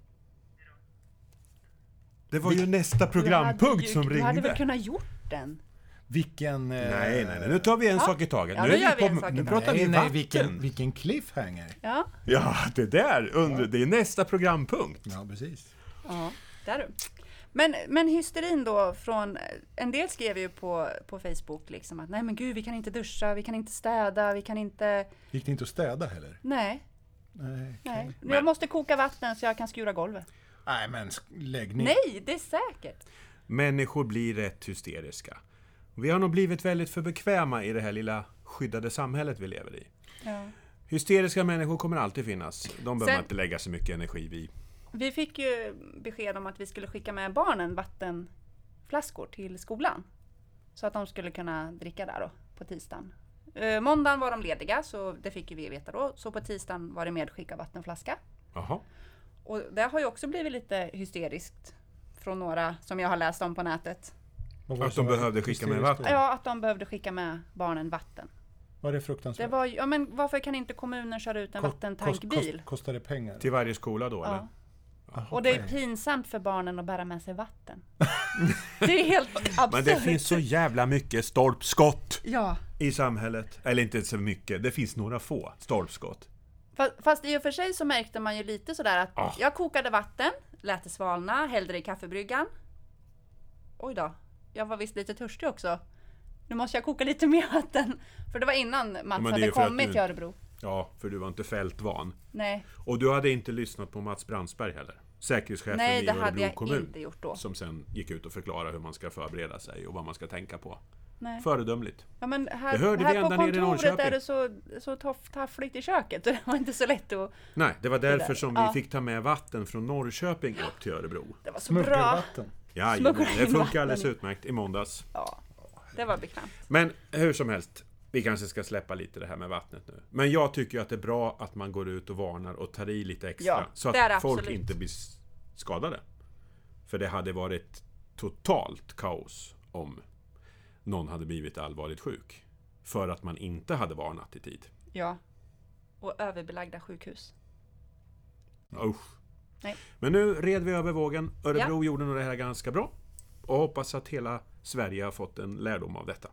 Det var ju nästa du hade programpunkt ju- som Du hade väl ringde. kunnat gjort den? Vilken... eh, Nej, nej, nej. Nu tar vi en Ja. sak i taget. Ja, nu då är gör vi en på- sak i nu taget. pratar vi nej, nej, vatten. vilken, vilken cliffhanger. Ja, Ja, det där. Under, det är nästa programpunkt. Ja, precis. ja där du. Men, men hysterin då från, en del skrev ju på, på Facebook liksom att nej men gud vi kan inte duscha, vi kan inte städa, vi kan inte, Gick det inte att städa heller? nej, Nej, nej. Men- Jag måste koka vatten så jag kan skura golvet. nej men sk- lägg ner. Nej, det är säkert. Människor blir rätt hysteriska. Vi har nog blivit väldigt för bekväma i det här lilla skyddade samhället vi lever i. Ja. Hysteriska människor kommer alltid finnas. De behöver Sen- man inte lägga så mycket energi vid. Vi fick ju besked om att vi skulle skicka med barnen vattenflaskor till skolan. Så att de skulle kunna dricka där då på tisdagen. Eh, måndagen var de lediga så det fick ju vi veta då. Så på tisdagen var det medskicka vattenflaska. Jaha. Och det har ju också blivit lite hysteriskt från några som jag har läst om på nätet. Vad var det Att som de var behövde skicka med hysteriskt vatten. då? Ja, att de behövde skicka med barnen vatten. Var det fruktansvärt? Det var, ja, men varför kan inte kommunen köra ut en Ko- vattentankbil? kost, kost, kostar det pengar? Till varje skola då, eller? Ja. Aha, Och det är okej. pinsamt för barnen att bära med sig vatten. Det är helt absurt. Men det finns så jävla mycket stolpskott Ja, i samhället. Eller inte så mycket, det finns några få stolpskott. fast, fast i och för sig så märkte man ju lite sådär att Ah. jag kokade vatten, lät det svalna, hällde det i kaffebryggan. Oj då, jag var visst lite törstig också. Nu måste jag koka lite mer vatten. För det var innan Mats men det är hade ju för att kommit du- till Örebro. Ja, för du var inte fältvan. Nej, Och du hade inte lyssnat på Mats Brandsberg heller. Säkerhetschefen Nej i det hade Örebro jag kommun. inte gjort då. Som sen gick ut och förklarade hur man ska förbereda sig och vad man ska tänka på. Nej. Föredömligt. Ja, men här, Det hörde vi här på ända ner i kontoret Norrköping. är det så, så toff, taffligt i köket. Det var inte så lätt att... Nej, det var därför där. som vi Ja. fick ta med vatten från Norrköping upp till Örebro. Det var så bra. Smuggelvatten. Ja, Smuggla det in funkar vatten alldeles i. utmärkt i måndags. Ja, det var bekvämt. Men hur som helst, vi kanske ska släppa lite det här med vattnet nu. Men jag tycker att det är bra att man går ut och varnar och tar i lite extra. Ja, så det är det att folk absolut. inte blir skadade. För det hade varit totalt kaos om någon hade blivit allvarligt sjuk. För att man inte hade varnat i tid. Ja. Och överbelagda sjukhus. Usch. Nej. Men nu red vi över vågen. Örebro gjorde nog det här ganska bra. Och hoppas att hela Sverige har fått en lärdom av detta.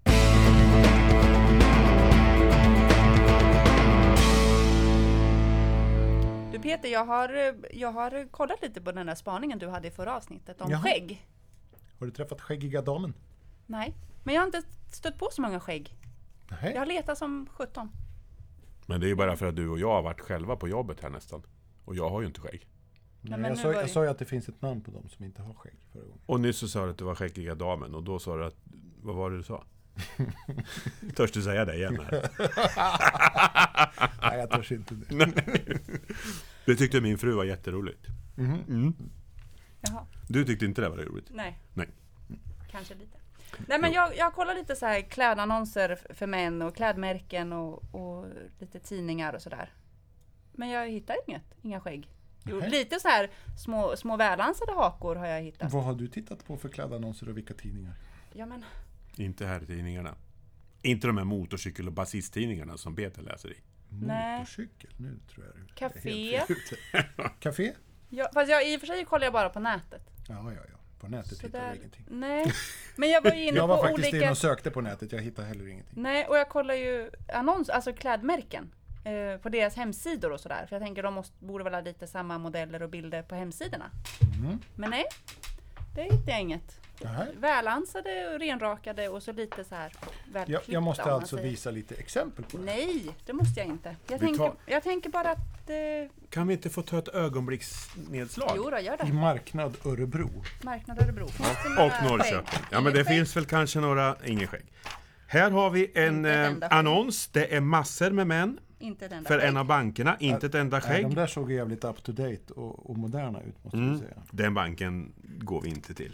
Du Peter, jag har, jag har kollat lite på den där spaningen du hade i förra avsnittet om Jaha. skägg. Har du träffat skäggiga damen? Nej, men jag har inte stött på så många skägg. Nej. Jag har letat som sjutton. Men det är ju bara för att du och jag har varit själva på jobbet här nästan. Och jag har ju inte skägg. Nej, men jag, nu sa, var jag det- sa ju att det finns ett namn på dem som inte har skägg förra gången. Och nyss så sa du att det var skäggiga damen. Och då sa du att... Vad var det du sa? Törs du säga det igen här? Nej, jag törs inte det. Det tyckte min fru var jätteroligt. Mhm. Mm. Jaha, Du tyckte inte det var roligt? nej. Nej. Kanske lite. Nej, men jag, jag kollar lite så här klädannonser f- för män och klädmärken och, och lite tidningar och sådär. Men jag hittar inget, inga skägg. Jo, Nej. lite så här små, små välansade hakor har jag hittat. Vad har du tittat på för klädannonser och vilka tidningar? Ja, men Inte här i tidningarna. Inte de här motorcykel- och basisttidningarna som Peter läser i. Nej. Motorcykel? Nu tror jag du är Café. helt fel ute. Café? jag, fast jag, i och för sig kollar jag bara på nätet. Ja, ja, ja. På nätet Så hittar där, du ingenting. nej, men jag var ju inne Jag var på faktiskt olika... inne och sökte på nätet. Jag hittade heller ingenting. Nej, och jag kollar ju annons, alltså klädmärken eh, på deras hemsidor och sådär. För jag tänker de måste, borde väl ha lite samma modeller och bilder på hemsidorna. Mm. Men nej, det hittar jag inget. Nähä. Välansade och renrakade och så lite så här Jag, välklippta. jag måste om man alltså säger. visa lite exempel på det. Nej, det måste jag inte. Jag, Vi tänker, tar- jag tänker bara att... Eh, Kan vi inte få ta ett ögonblicksnedslag? jo då, gör I det. marknad Örebro. Marknad Örebro. Finns det några Och Norrköping. skägg? Ja, men Inget det skägg? finns väl kanske några... Ingen skägg. Här har vi en Inte ett eh, enda skägg. annons. Det är massor med män. Inte ett enda För skägg. en av bankerna. Inte ett enda Nej, skägg. de där såg jävligt up to date och, och moderna ut måste Mm. jag säga. Den banken går vi inte till.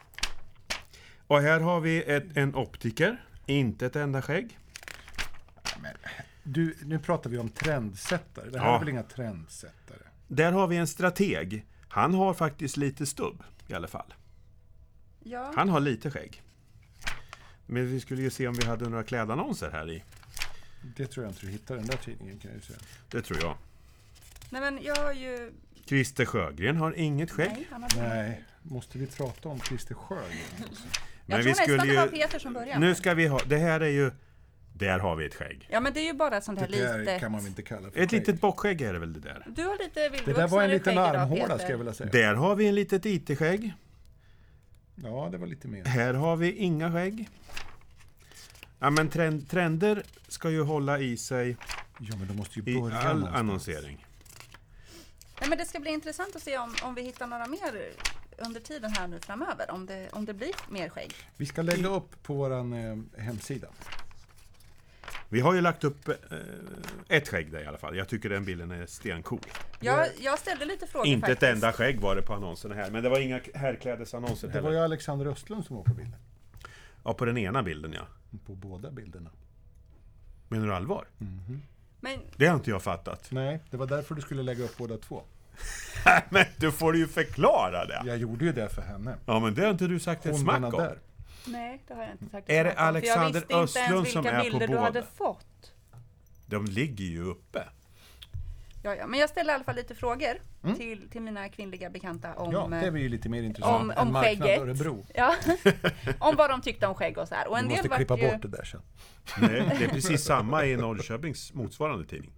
Och här har vi ett, en optiker. Inte ett enda skägg. Men, du, nu pratar vi om trendsättare. Det här Ja. är väl inga trendsättare? Där har vi en strateg. Han har faktiskt lite stubb i alla fall. Ja. Han har lite skägg. Men vi skulle ju se om vi hade några klädannonser här i. Det tror jag inte du hittar den där tidningen kan jag ju säga. Det tror jag. Nej, men jag har ju... Christer Sjögren har inget skägg. Nej, han har Nej, måste vi prata om Christer Sjögren? Alltså? Jag Men tror vi skulle nästan det var ju... Peter som började. Nu ska vi ha... Det här är ju... Där har vi ett skägg. Ja, men det är ju bara ett sånt Det här där litet... kan man väl inte kalla för Ett skägg. litet bockskägg är det väl det där. Du har lite Det där var en liten armhåla ska jag vilja säga. Där har vi en litet I T-skägg. Ja, det var lite mer. Här har vi inga skägg. Ja, men trend, trender ska ju hålla i sig Ja, men de måste ju i börja all någonstans. annonsering. Nej, men det ska bli intressant att se om, om vi hittar några mer under tiden här nu framöver. Om det, om det blir mer skägg. Vi ska lägga upp på våran eh, hemsida. Vi har ju lagt upp eh, ett skägg där i alla fall. Jag tycker den bilden är stencool. Jag, jag ställde lite frågor Inte faktiskt. ett enda skägg var det på annonserna här. Men det var inga herrklädesannonser Det var heller. ju Alexander Östlund som var på bilden. Ja, på den ena bilden ja. På båda bilderna. Menar du allvar? Men Det har inte jag fattat. Nej, det var därför du skulle lägga upp båda två. Men du får ju förklara det. Jag gjorde ju det för henne. Ja, men det har inte du sagt ett Hon smack denna om. där. Nej, det har jag inte sagt. Är det För jag Alexander visste inte ens Östlund som vilka är på bilder du hade båda? fått. De ligger ju uppe. Ja, ja, men jag ställer i alla fall lite frågor Mm. till, till mina kvinnliga bekanta om, Ja, det är eh, ju lite mer intressant om, än om Marknad skägget. Örebro. Ja, om vad de tyckte om skägg och så här. Och en Du del måste vart klippa ju, bort det där sen. Nej, det är precis samma i Norrköpings motsvarande tidning.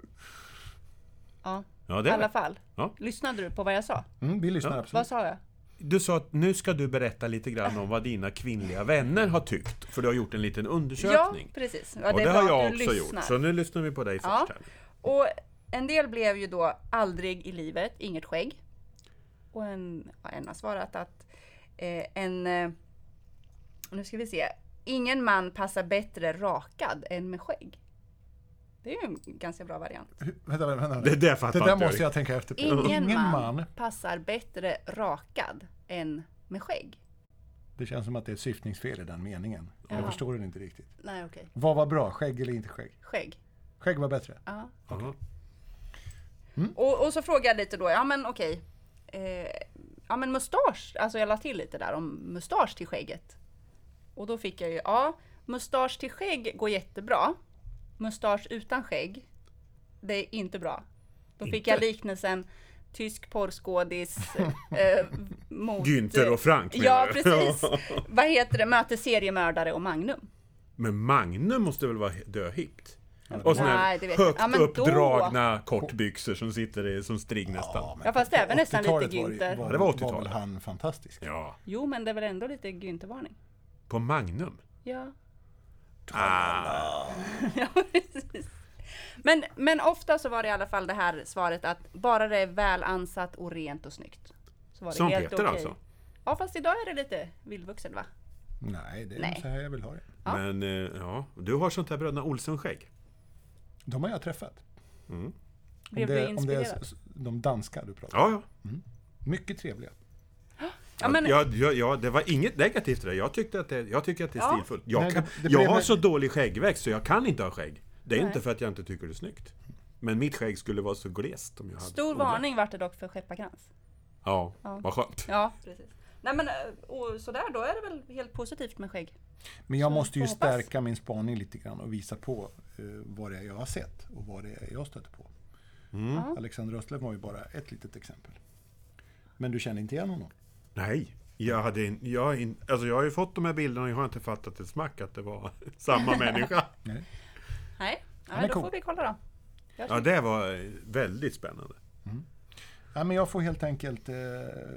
Ja, Ja, i det är alla det. fall. Ja. Lyssnade du på vad jag sa? Mm, vi lyssnar Ja. absolut. Vad sa jag? Du sa att nu ska du berätta lite grann om vad dina kvinnliga vänner har tyckt. För du har gjort en liten Ja, undersökning. precis. Ja, och är det bra har jag att du också lyssnar. gjort. Så nu lyssnar vi på dig först Ja. här. Och en del blev ju då aldrig i livet, inget skägg. Och en, ja, en har svarat att eh, en, eh, nu ska vi se, ingen man passar bättre rakad än med skägg. Det är ju en ganska bra variant. Hur- Vänta, vänta, vänta. Det där fattar Det där inte måste jag tänka efter på. Ingen, man, man. passar bättre rakad än med skägg. Det känns som att det är ett syftningsfel i den meningen. Jag Ja. förstår den inte riktigt. Nej, okej. Vad var bra? Skägg eller inte skägg? Skägg. Skägg var bättre. Ja. Jaha. Och, och så frågade jag lite då, ja men okej. Eh, ja men mustasch, alltså jag la till lite där om mustasch till skägget. Och då fick jag ju, ja, mustasch till skägg går jättebra. Mustasch utan skägg, det är inte bra. Då fick Inte? jag liknelsen tysk porrskådis eh, mot... Günther och Frank menar Ja, du? precis. Vad heter det? Möter seriemördare och Magnum. Men Magnum måste väl vara döhippt? Och såna Nej, här det vet jag. högt Ja, men då- uppdragna kortbyxor som sitter i, som string nästan. men Ja, fast på även nästan lite åttiotalet var det- Günther. Var, Ja, det var var åttiotalet. väl han fantastisk. Ja, Jo, men det är väl ändå lite Günther-varning. på Magnum. Ja. Ah. Ja, precis. Men, men ofta så var det i alla fall det här svaret att bara det är väl ansatt och rent och snyggt. Så var det Som helt Peter okej. alltså. Ja, fast idag är det lite vildvuxen va? Nej, det är Nej. nog så här jag vill ha det. Ja. Men eh, ja, du har sånt här Bröderna Olsen-skägg. De har jag träffat. Mm. Om Blev det, du om det är inspirerad? s- de danska du pratar Ja, ja. om. Mycket trevliga. Ja, men, Ja, ja, ja, det var inget negativt i det. Jag, tyckte att det, jag tycker att det är Ja. stilfullt. Jag, Nej, kan, det- det jag blev har med- så dålig skäggväxt så jag kan inte ha skägg. Det är Nej. inte för att jag inte tycker det är snyggt. Men mitt skägg skulle vara så glest om jag hade stor odlat. varning vart det dock för skepparkrans. Ja, Ja. vad skönt. Ja, precis. Nej men, och sådär, då är det väl helt positivt med skägg. Men jag Så måste ju får hoppas. stärka min spaning lite grann och visa på eh, vad det är jag har sett och vad det är jag stöter på. Mm. Ja. Alexander Östlund var ju bara ett litet exempel. Men du känner inte igen honom? Nej, jag, hade in, jag, in, alltså jag har ju fått de här bilderna och jag har inte fattat ett smack att det var samma människa. Nej. Nej, ja, Han är men då cool. får vi kolla då. Jag Ja, det var väldigt spännande. Ja, men jag får helt enkelt eh,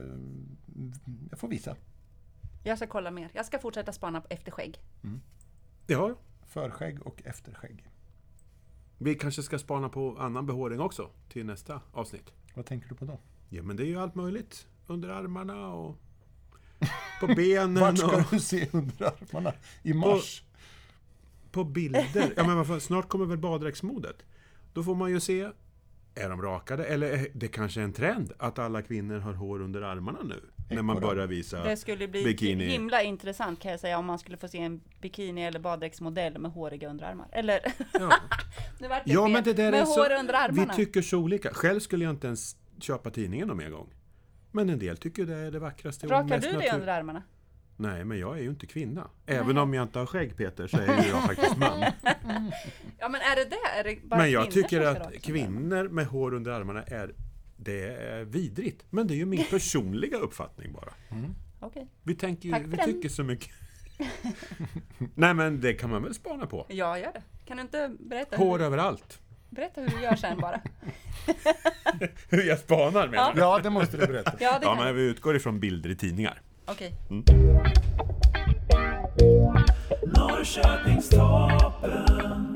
jag får visa. Jag ska kolla mer. Jag ska fortsätta spana efter skägg. Ja, Förskägg och efterskägg. vi kanske ska spana på annan behåring också till nästa avsnitt. Vad tänker du på då? Ja, men det är ju allt möjligt. Under armarna och på benen Vart ska och du se under armarna? I mars? på bilder. Ja, men vad fan, snart kommer väl baddräktsmodet. Då får man ju se, är de rakade? Eller är det kanske är en trend att alla kvinnor har hår under armarna nu? När man Ekorre. börjar visa Det skulle bli bikini. himla intressant kan jag säga om man skulle få se en bikini eller baddräktsmodell med håriga underarmar. Eller, Ja, nu vart det ja fel. men det där med är så... hår under armarna. Vi tycker så olika. Själv skulle jag inte ens köpa tidningen om en gång. Men en del tycker det är det vackraste och Rakar mest du dig natur- under armarna? Nej, men jag är ju inte kvinna. Även om jag inte har skägg, Peter, så är ju jag faktiskt man. Ja men är det det? Är det bara Men jag kvinnor tycker som ska att raka sig under armarna? kvinnor med hår under armarna är, det är vidrigt. Men det är ju min personliga uppfattning bara. Okej. Vi, tänker, ju- Tack för vi den. tycker så mycket. Nej, men det kan man väl spana på. Ja, gör det. Kan du inte berätta Hår hur, överallt. berätta hur du gör sen bara? Hur jag spanar menar du? Ja, det måste du berätta. Ja, det Ja, kan men vi utgår ifrån bilder i tidningar. Okej. Norrköpingstoppen.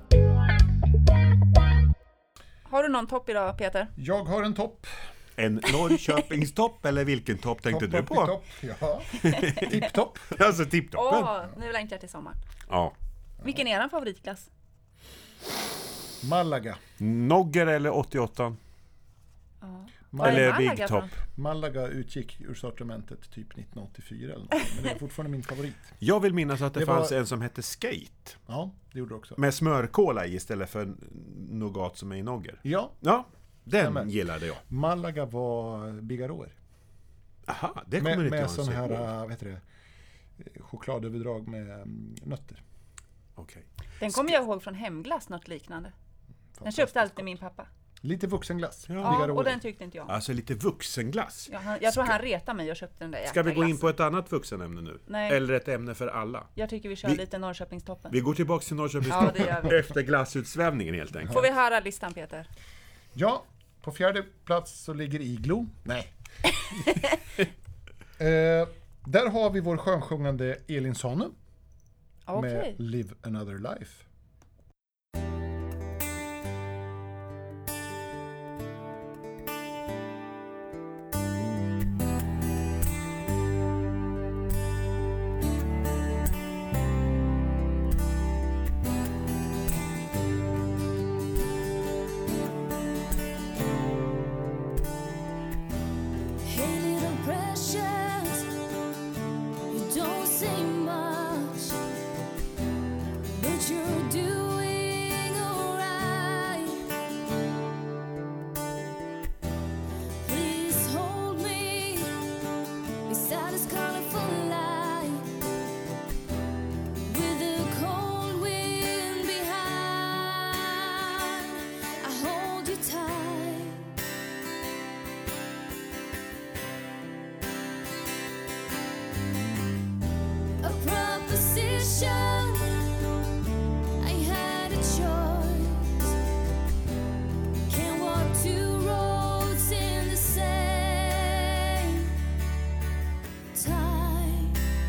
Har du någon topp idag Peter? Jag har en topp. En Norrköpingstopp, eller vilken topp tänkte Topp du upp i på? topp. Ja. Tipptopp. Alltså tipptoppen. Åh, nu längtar jag till sommar. Ja. Vilken är er favoritklass? Malaga. Nogger eller åttioåtta? Ja. Var är Eller Malaga Big från? Top? Malaga utgick ur sortimentet typ nittonhundraåttiofyra eller något. Men det är fortfarande min favorit. Jag vill minnas att det, Det var- fanns en som hette Skate. Ja, det gjorde det också. Med smörkola i istället för nougat som är i Nogger. Ja, Ja, den Stämmer. gillade jag. Malaga var bigarråer. Aha, det kommer Med, inte med jag sån ens här, ihåg. äh, vad heter det? eh, chokladöverdrag med mm, nötter. Okej. Den kommer jag ihåg från Hemglass, något liknande. Den köpte alltid min pappa. Lite vuxenglass. Ja. Ja, Ligga och roligt. den tyckte inte jag. Alltså lite vuxenglass. Ja, han, jag tror han retade mig och köpte den där jäkla Ska vi gå in glassen. på ett annat vuxenämne nu? Nej. Eller ett ämne för alla? Jag tycker vi kör Vi- lite Norrköpingstoppen. Vi går tillbaka till Ja, Norrköpingstoppen det gör vi. efter glassutsvävningen helt enkelt. Får vi höra listan, Peter? Ja, på fjärde plats så ligger Iglo. Nej. eh, där har vi vår skönsjungande Elin Sonne Okej. med Live Another Life. Hey little precious, you don't say much, but you're doing alright. Please hold me beside this colorful light, with the cold wind behind. I hold you tight. A proposition. I had a choice. Can't walk two roads in the same time.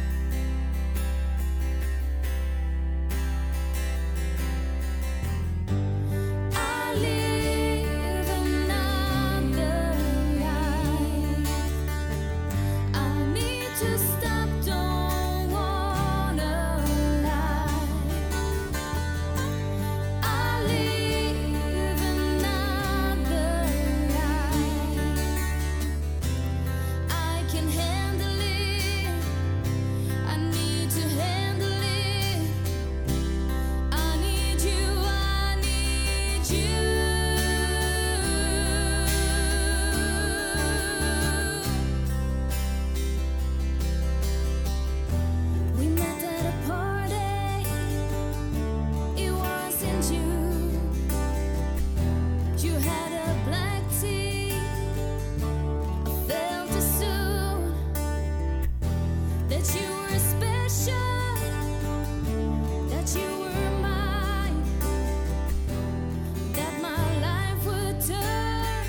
I live another life. I need to stop, don't wanna lie. I live another life. I can handle it. I need to handle it. I need you, I need you. We met at a party. It was in June. You had a black tea. I felt it soon that you were special, that you were mine, that my life would turn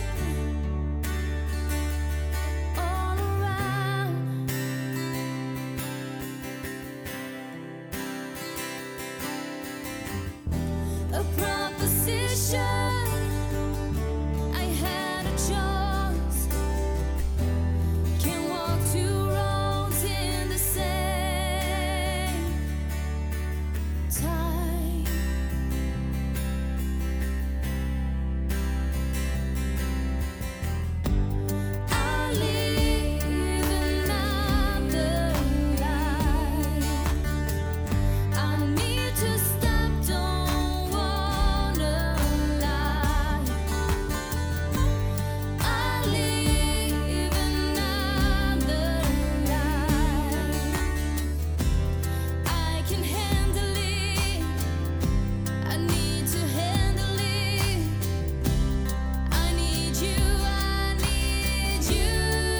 all around. A proposition. I had a choice. Can't walk two roads in the same time. I live another life. I need to stop, don't wanna lie. I live another life. I can handle it. I need to handle it. I need you, I need you.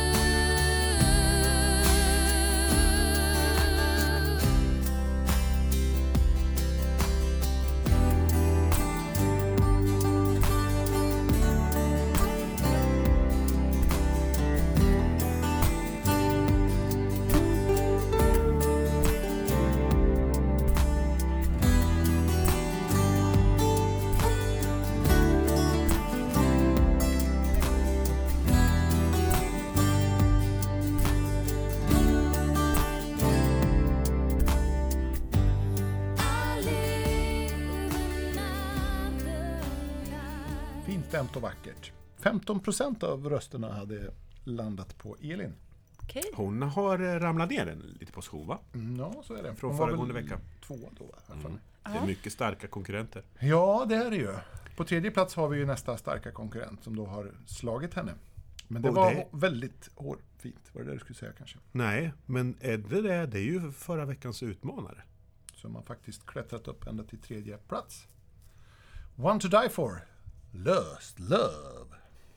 I live another life. Fint, stämt och vackert. femton procent av rösterna hade landat på Elin. Okej. Hon har eh, ramlat ner en lite på skov, va? Mm, ja, så är det. Från Hon var föregående väl vecka. Två då, i alla fall. Det är mycket starka konkurrenter. Ja, det är det ju. På tredje plats har vi ju nästa starka konkurrent som då har slagit henne. Men det Och var det- väldigt hårfint, var det det du skulle säga kanske? Nej, men är det det? Det är ju förra veckans utmanare. Så man faktiskt klättrat upp ända till tredje plats. One to die for. Lust, love.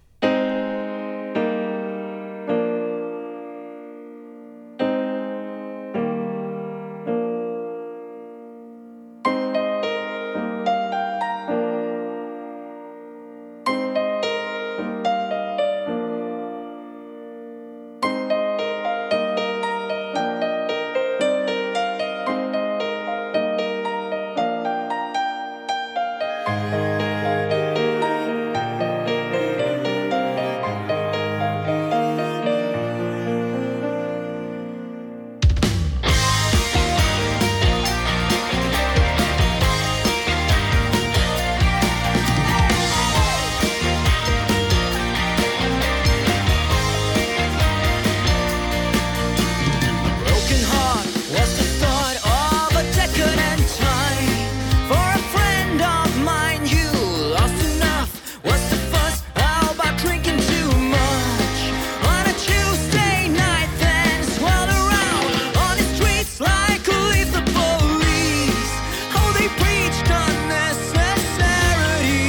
Broken heart was the start of a decadent time. For a friend of mine, you lost enough. Was the fuss about drinking too much on a Tuesday night? Then swirled around on the streets like a lethal police. Oh, they preached unnecessity.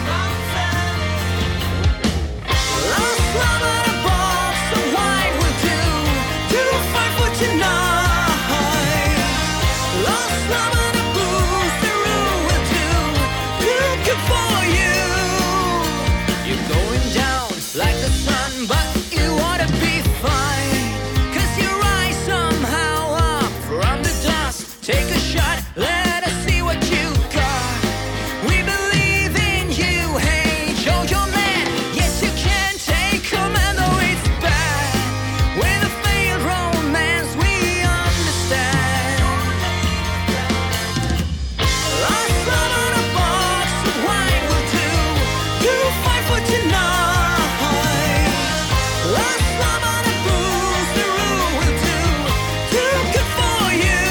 Lost love in a box of wine will do to fight for tonight. Lost love in a booze, the room will do too good for you. You're going down like the sun, but you ought to be fine. Cause you rise somehow up from the dust. Take a shot, let us see what you got. We believe in you, hey, show your man. Yes, you can take command, though it's bad. With a failed romance, we understand. Lost love in a box of wine will do to fight for tonight. Lost love in a booze, the room will do too good for you.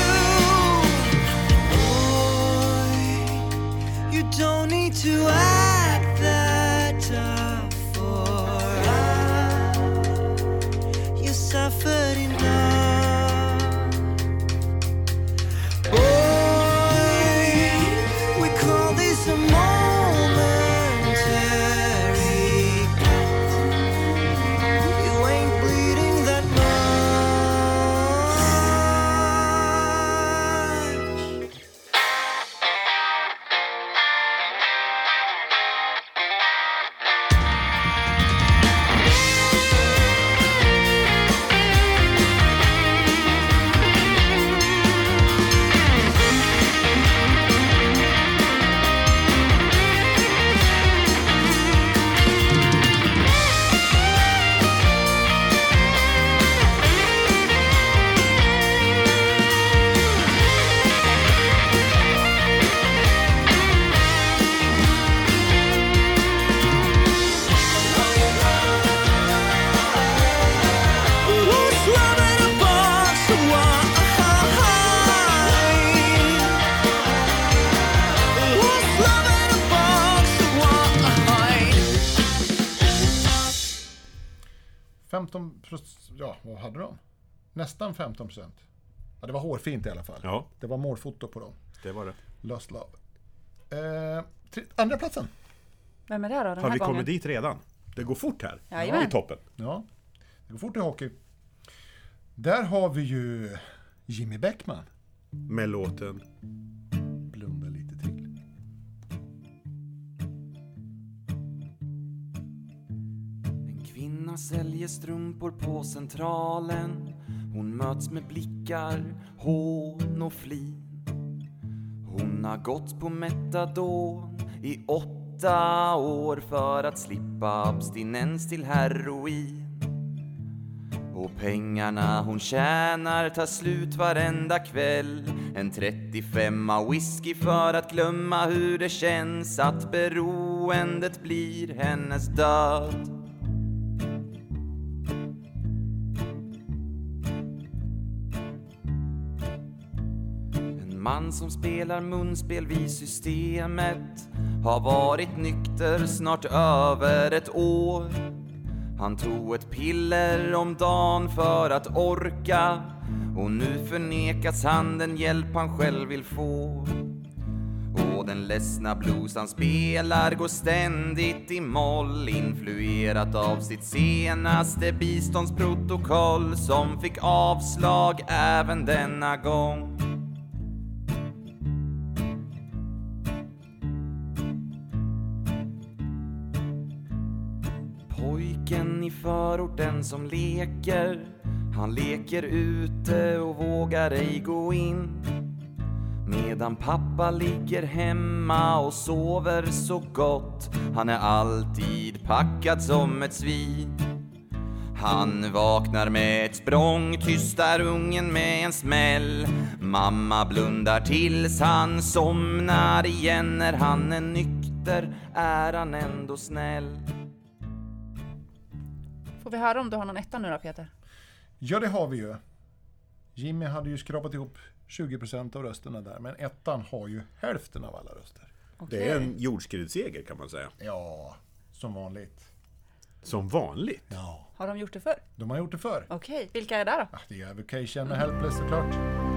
Boy, you don't need to act that tough for us. You suffered enough. Boy, we call this a momentary cut. You ain't bleeding that much. Lost love in a box of wine. Lost love in a box of wine. femton procent, ja, vad hade de? Nästan femton procent. Ja, det var hårfint i alla fall. Ja, Det var målfoto på dem. det var det. Lost Love. Eh, tre, andra platsen. Vem är det då den Har här vi gången? kommit dit redan? Det går fort här. Jajamän. I toppen. Ja, det går fort i hockey. Där har vi ju Jimmy Bäckman. Med låten Blunda lite till. En kvinna säljer strumpor på Centralen. Hon möts med blickar, hån och flin. Hon har gått på metadon i åtta år för att slippa abstinens till heroin. Och pengarna hon tjänar tar slut varenda kväll. En trettiofemma whisky för att glömma hur det känns att beroendet blir hennes död. En man som spelar munspel vid systemet har varit nykter snart över ett år. Han tog ett piller om dagen för att orka, och nu förnekas han den hjälp han själv vill få. Och den ledsna blues han spelar går ständigt i moll, influerat av sitt senaste biståndsprotokoll som fick avslag även denna gång. Pojken i förorten som leker, han leker ute och vågar ej gå in, medan pappa ligger hemma och sover så gott. Han är alltid packad som ett svin. Han vaknar med ett språng, tystar ungen med en smäll. Mamma blundar tills han somnar igen. När han är nykter är han ändå snäll. Får vi höra om du har någon etta nu då, Peter? Ja, det har vi ju. Jimmy hade ju skrapat ihop tjugo procent av rösterna där, men ettan har ju hälften av alla röster. Okej. Det är en jordskredsseger kan man säga. Ja, som vanligt. Som vanligt. Ja, Har de gjort det förr? de har gjort det förr. Okej, vilka är det då? Ah, det är Avocation och Helpless såklart.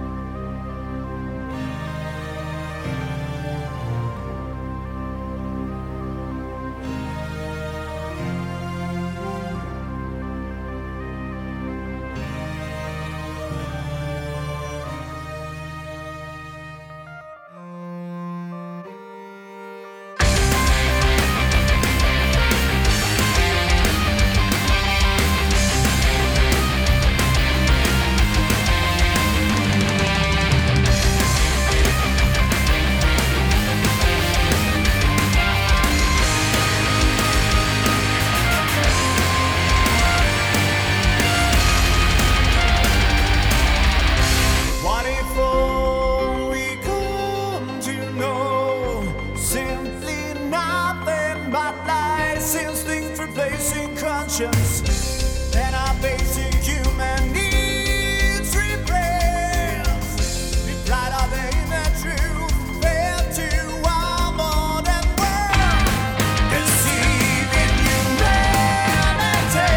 What if all we come to know simply nothing but lies, instinct replacing conscience, and our basic human needs repressed? We pride our aim at truth, fair to our modern world, deceiving humanity.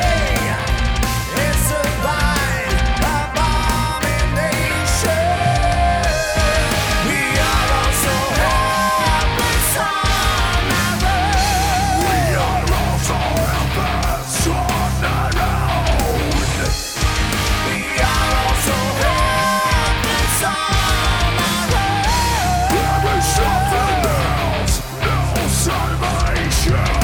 It's a lie, abomination. We are all so helpless on our own. We are all so helpless on our own. We are all so helpless on our own. There is something else, no salvation.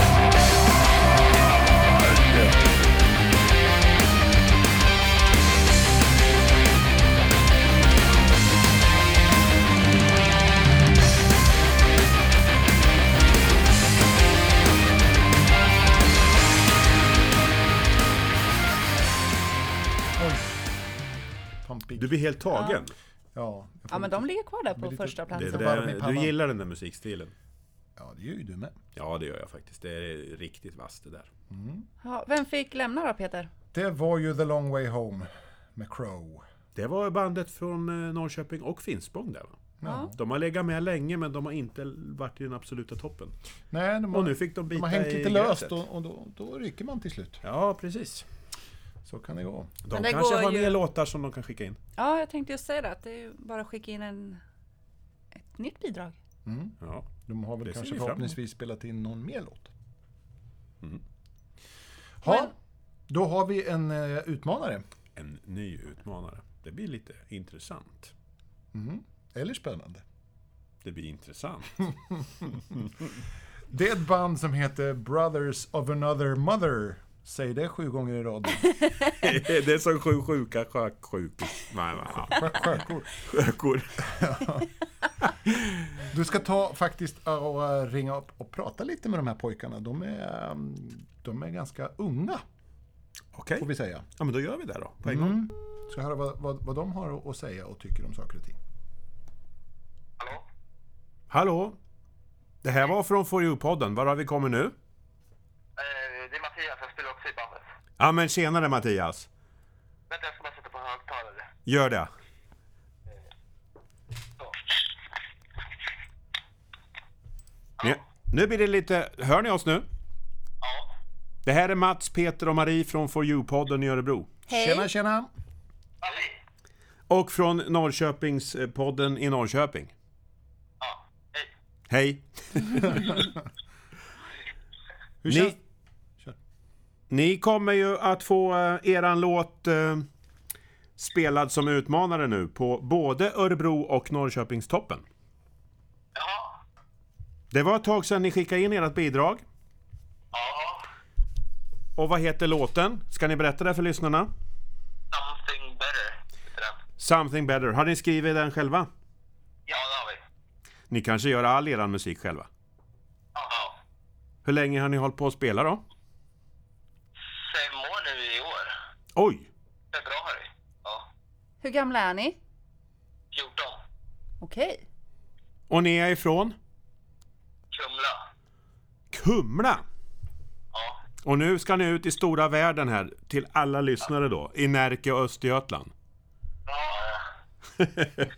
Pumpig. Du blir helt tagen. Ja, jag får Ja, men lite- de ligger kvar där på blir lite- första Det, plats. lite det, varm i du pannan. gillar den där musikstilen. Ja, det gör ju du med. Ja, det gör jag faktiskt. Det är riktigt vasst det där. Ja, vem fick lämna då, Peter? Det var ju The Long Way Home med Crow. Det var bandet från eh, Norrköping och Finspång där, va? Ja. De har legat med länge, men de har inte varit i den absoluta toppen. Nej, de har, Och nu fick de de bita har hängt i lite löst gräset. och, och då, då rycker man till slut. Ja, precis. Så kan det gå. De Men det kanske går har ju- mer låtar som de kan skicka in. Ja, jag tänkte just säga det, att det är ju bara att skicka in en, ett nytt bidrag. Mm. Ja. De har väl Det ser kanske vi fram emot. förhoppningsvis spelat in någon mer låt. Mm. Ja, Men- då har vi en uh, utmanare. En ny utmanare. Det blir lite intressant. Mm. Eller spännande. Det blir intressant. Det är ett band som heter Brothers of Another Mother. Säg det sju gånger i rad. Det är som sju sjuka sjöksjukor. Nej, nej, ja. Sjökor. Sjökor. Du ska ta faktiskt och uh, ringa upp och prata lite med de här pojkarna. De är, um, de är ganska unga, Okej. får vi säga. Ja, men då gör vi det då. På en gång. Mm. Ska höra vad, vad, vad de har att säga och tycker om saker och ting. Hallå? Hallå? Det här var från For You-podden. Var har vi kommit nu? Eh, det är Mattias, jag spelar också i bandet. Ja, men tjenare Mattias. Vänta, jag ska bara sätta på högtalare. Gör det. Så. Nu, nu blir det lite... Hör ni oss nu? Ja. Det här är Mats, Peter och Marie från For You-podden i Örebro. Hej. Tjena, tjena. Ja, hej. Och från Norrköpingspodden i Norrköping. Ja, hej. Hej. Hur känns... Ni, ni kommer ju att få eh, eran låt eh, spelad som utmanare nu på både Örebro och Norrköpingstoppen. Ja. Det var ett tag sedan ni skickade in ert bidrag. Ja. Och vad heter låten? Ska ni berätta det för lyssnarna? Something better. heter den. Something Better. Har ni skrivit den själva? Ja, det har vi. Ni kanske gör all eran musik själva. Ja. Hur länge har ni hållit på att spela då? Fem år nu i år. Oj! Februari. Ja. Hur gamla är ni? fjorton. Okej. Och ni är ifrån? Kumla. Kumla! Ja. Och nu ska ni ut i stora världen här till alla lyssnare då, i Närke och Östergötland. Ja.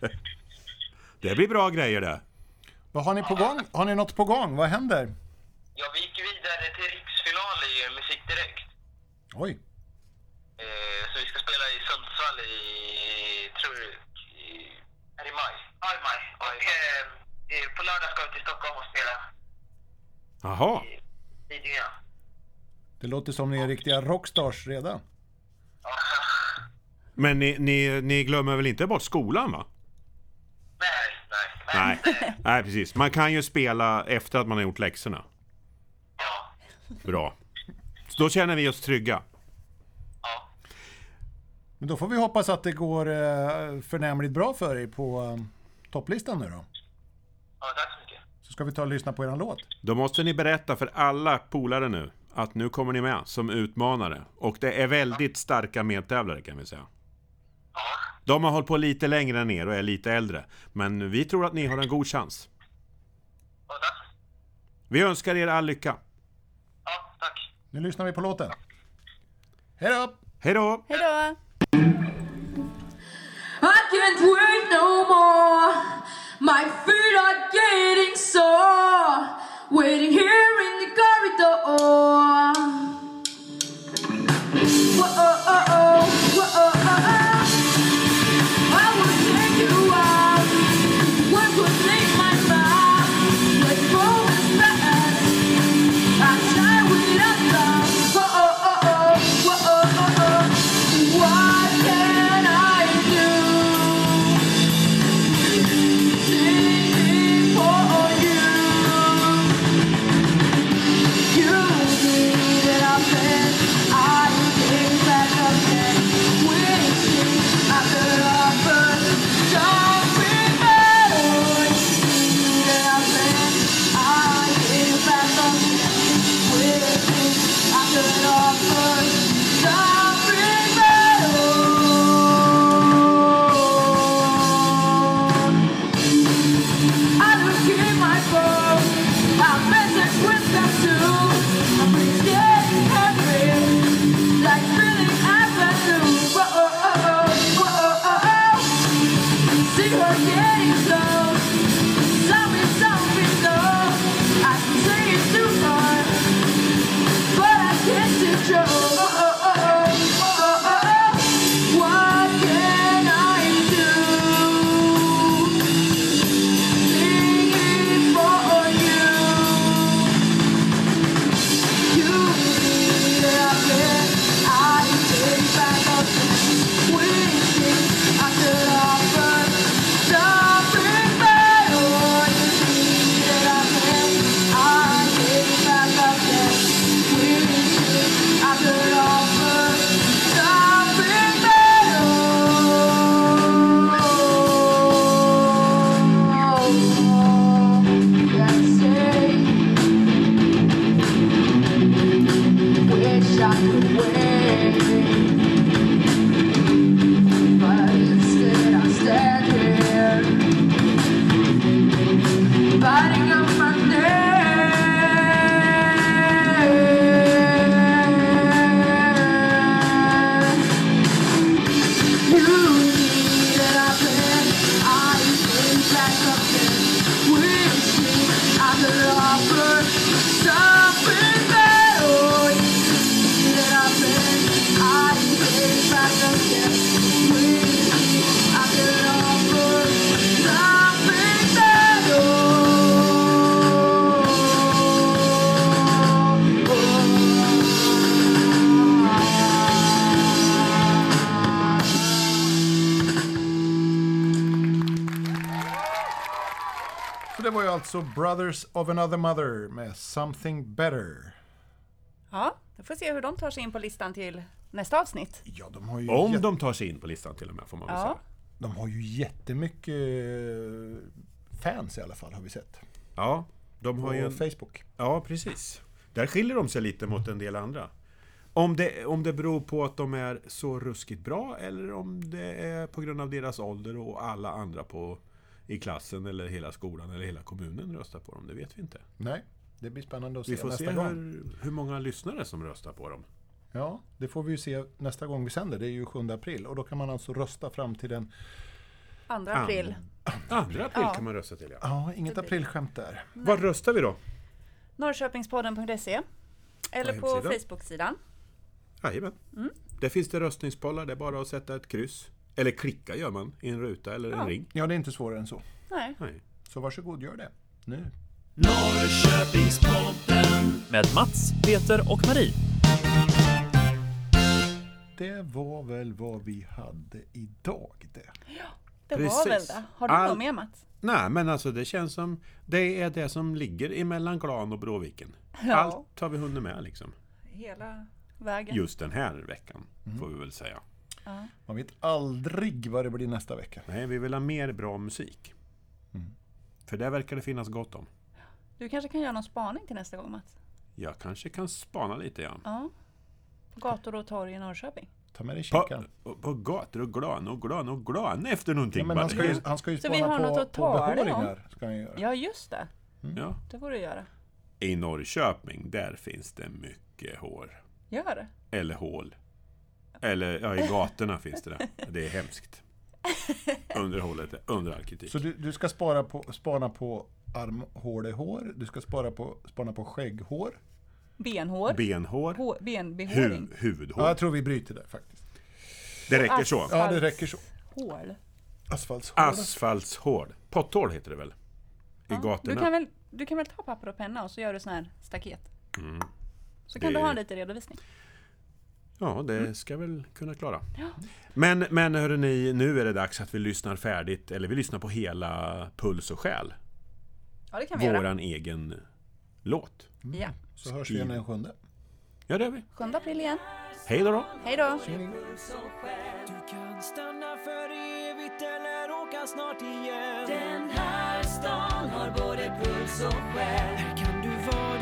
Det blir bra grejer det. Vad har ni på gång? Har ni något på gång? Vad händer? Ja, vi gick vidare till riksfinal i Musik Direkt. Oj. Eh, så vi ska spela i Sundsvall i, tror du, i, är det i maj? Ja, i maj. Och eh, eh, på lördag ska vi till Stockholm och spela Jaha. i Lidingö. Det låter som ni är riktiga rockstars redan. Ja. Men ni, ni, ni glömmer väl inte bort skolan va? Nej, nej, Nej. Nej, precis. Man kan ju spela efter att man har gjort läxorna. Ja. Bra. Så då känner vi oss trygga. Ja. Men då får vi hoppas att det går eh, förnämligt bra för er på eh, topplistan nu då. Ja, tack så mycket. Så ska vi ta och lyssna på er låt. Då måste ni berätta för alla polare nu att nu kommer ni med som utmanare. Och det är väldigt starka medtävlare kan vi säga. Ja. De har hållit på lite längre än er och är lite äldre. Men vi tror att ni har en god chans. Ja, tack. Vi önskar er all lycka. Ja, tack. Nu lyssnar vi på låten. Hej då! Hej då! Hej då! I can't wait no more. My feet are getting sore. Waiting here in the corridor. Whoa, oh, oh, oh. Whoa, oh, oh, oh. I will take you out. What would make my mouth? Let go is bad. I try without love. Whoa, oh, oh, oh. Whoa, oh, oh, oh. Why can't det var ju alltså Brothers of Another Mother med Something Better. Ja, vi får se hur de tar sig in på listan till nästa avsnitt. Ja, de har ju, Om jät- de tar sig in på listan till och med, får man väl Ja. säga. de har ju jättemycket fans i alla fall, har vi sett. Ja, de har På ju en... Facebook. Ja, precis. Där skiljer de sig lite mot en del andra. Om det, om det beror på att de är så ruskigt bra eller om det är på grund av deras ålder och alla andra på, i klassen eller hela skolan eller hela kommunen röstar på dem, det vet vi inte. Nej, det blir spännande att se Vi får nästa se gång. hur, hur många lyssnare som röstar på dem. Ja, det får vi ju se nästa gång vi sänder. Det är ju sjunde april. Och då kan man alltså rösta fram till den... Andra april. Andra april Ja. kan man rösta till, ja. Ja, inget aprilskämt där. Var röstar vi då? Norrköpingspodden punkt se eller På på hemsidan. Facebook-sidan. Jajamän. Mm. Där finns det röstningsbollar, det är bara att sätta ett kryss. Eller klicka gör man i en ruta eller en Ja. ring. Ja, det är inte svårare än så. Nej. Nej. Så varsågod, gör det. Nu. Norrköpingspodden. Med Mats, Peter och Marie. Det var väl vad vi hade idag det. Det var Precis. väl det. Har du All- något med, Mats? Nej, men alltså det känns som det är det som ligger emellan Glan och Bråviken. Ja. Allt har vi hunnit med liksom. Hela vägen. Just den här veckan, får vi väl säga. Ja. Man vet aldrig vad det blir nästa vecka. Nej, vi vill ha mer bra musik. Mm. För där verkar det finnas gott om. Du kanske kan göra någon spaning till nästa gång, Mats? Jag kanske kan spana lite, ja. Ja. På gator och torg i Norrköping. Ta med dig På, kikaren. på gator och glan och glan och glan efter någonting. Ja, men bara. han ska ju, han ska ju Så vi spana har något på, att på ta det behåringar. Ska han göra. Ja, just det. Ja. Det får du göra. I Norrköping, där finns det mycket hår. Gör det. Eller hål. Eller, ja, i gatorna finns det där. Det är hemskt. Underhållet är under all kritik. Så du, du ska spara på, spana på armhålehår. Du ska spara på, spana på skägghår. Benhår. Benhår. Hår, benbehåring. Hu- huvudhår. Ja, jag tror vi bryter där faktiskt. Det räcker så. Ja, det räcker så. Hål. Asfaltshår. Asfaltshål. Potthål heter det väl? I Ja. gatorna. Du kan, väl, du kan väl ta papper och penna och så gör du sån här staket. Mm. Så kan Det- du ha en liten redovisning. Ja, det ska väl kunna klara. Men, men hörrni, nu är det dags att vi lyssnar färdigt, eller vi lyssnar på hela Puls och själ. Ja, det kan vi göra. Våran egen låt. Ja. Så hörs vi igen den sjunde. Ja, det gör vi. sjunde april igen. Hej då då. Hej då. Du kan stanna för evigt eller åka snart igen. Den här stan har både puls och själ. Här kan du vara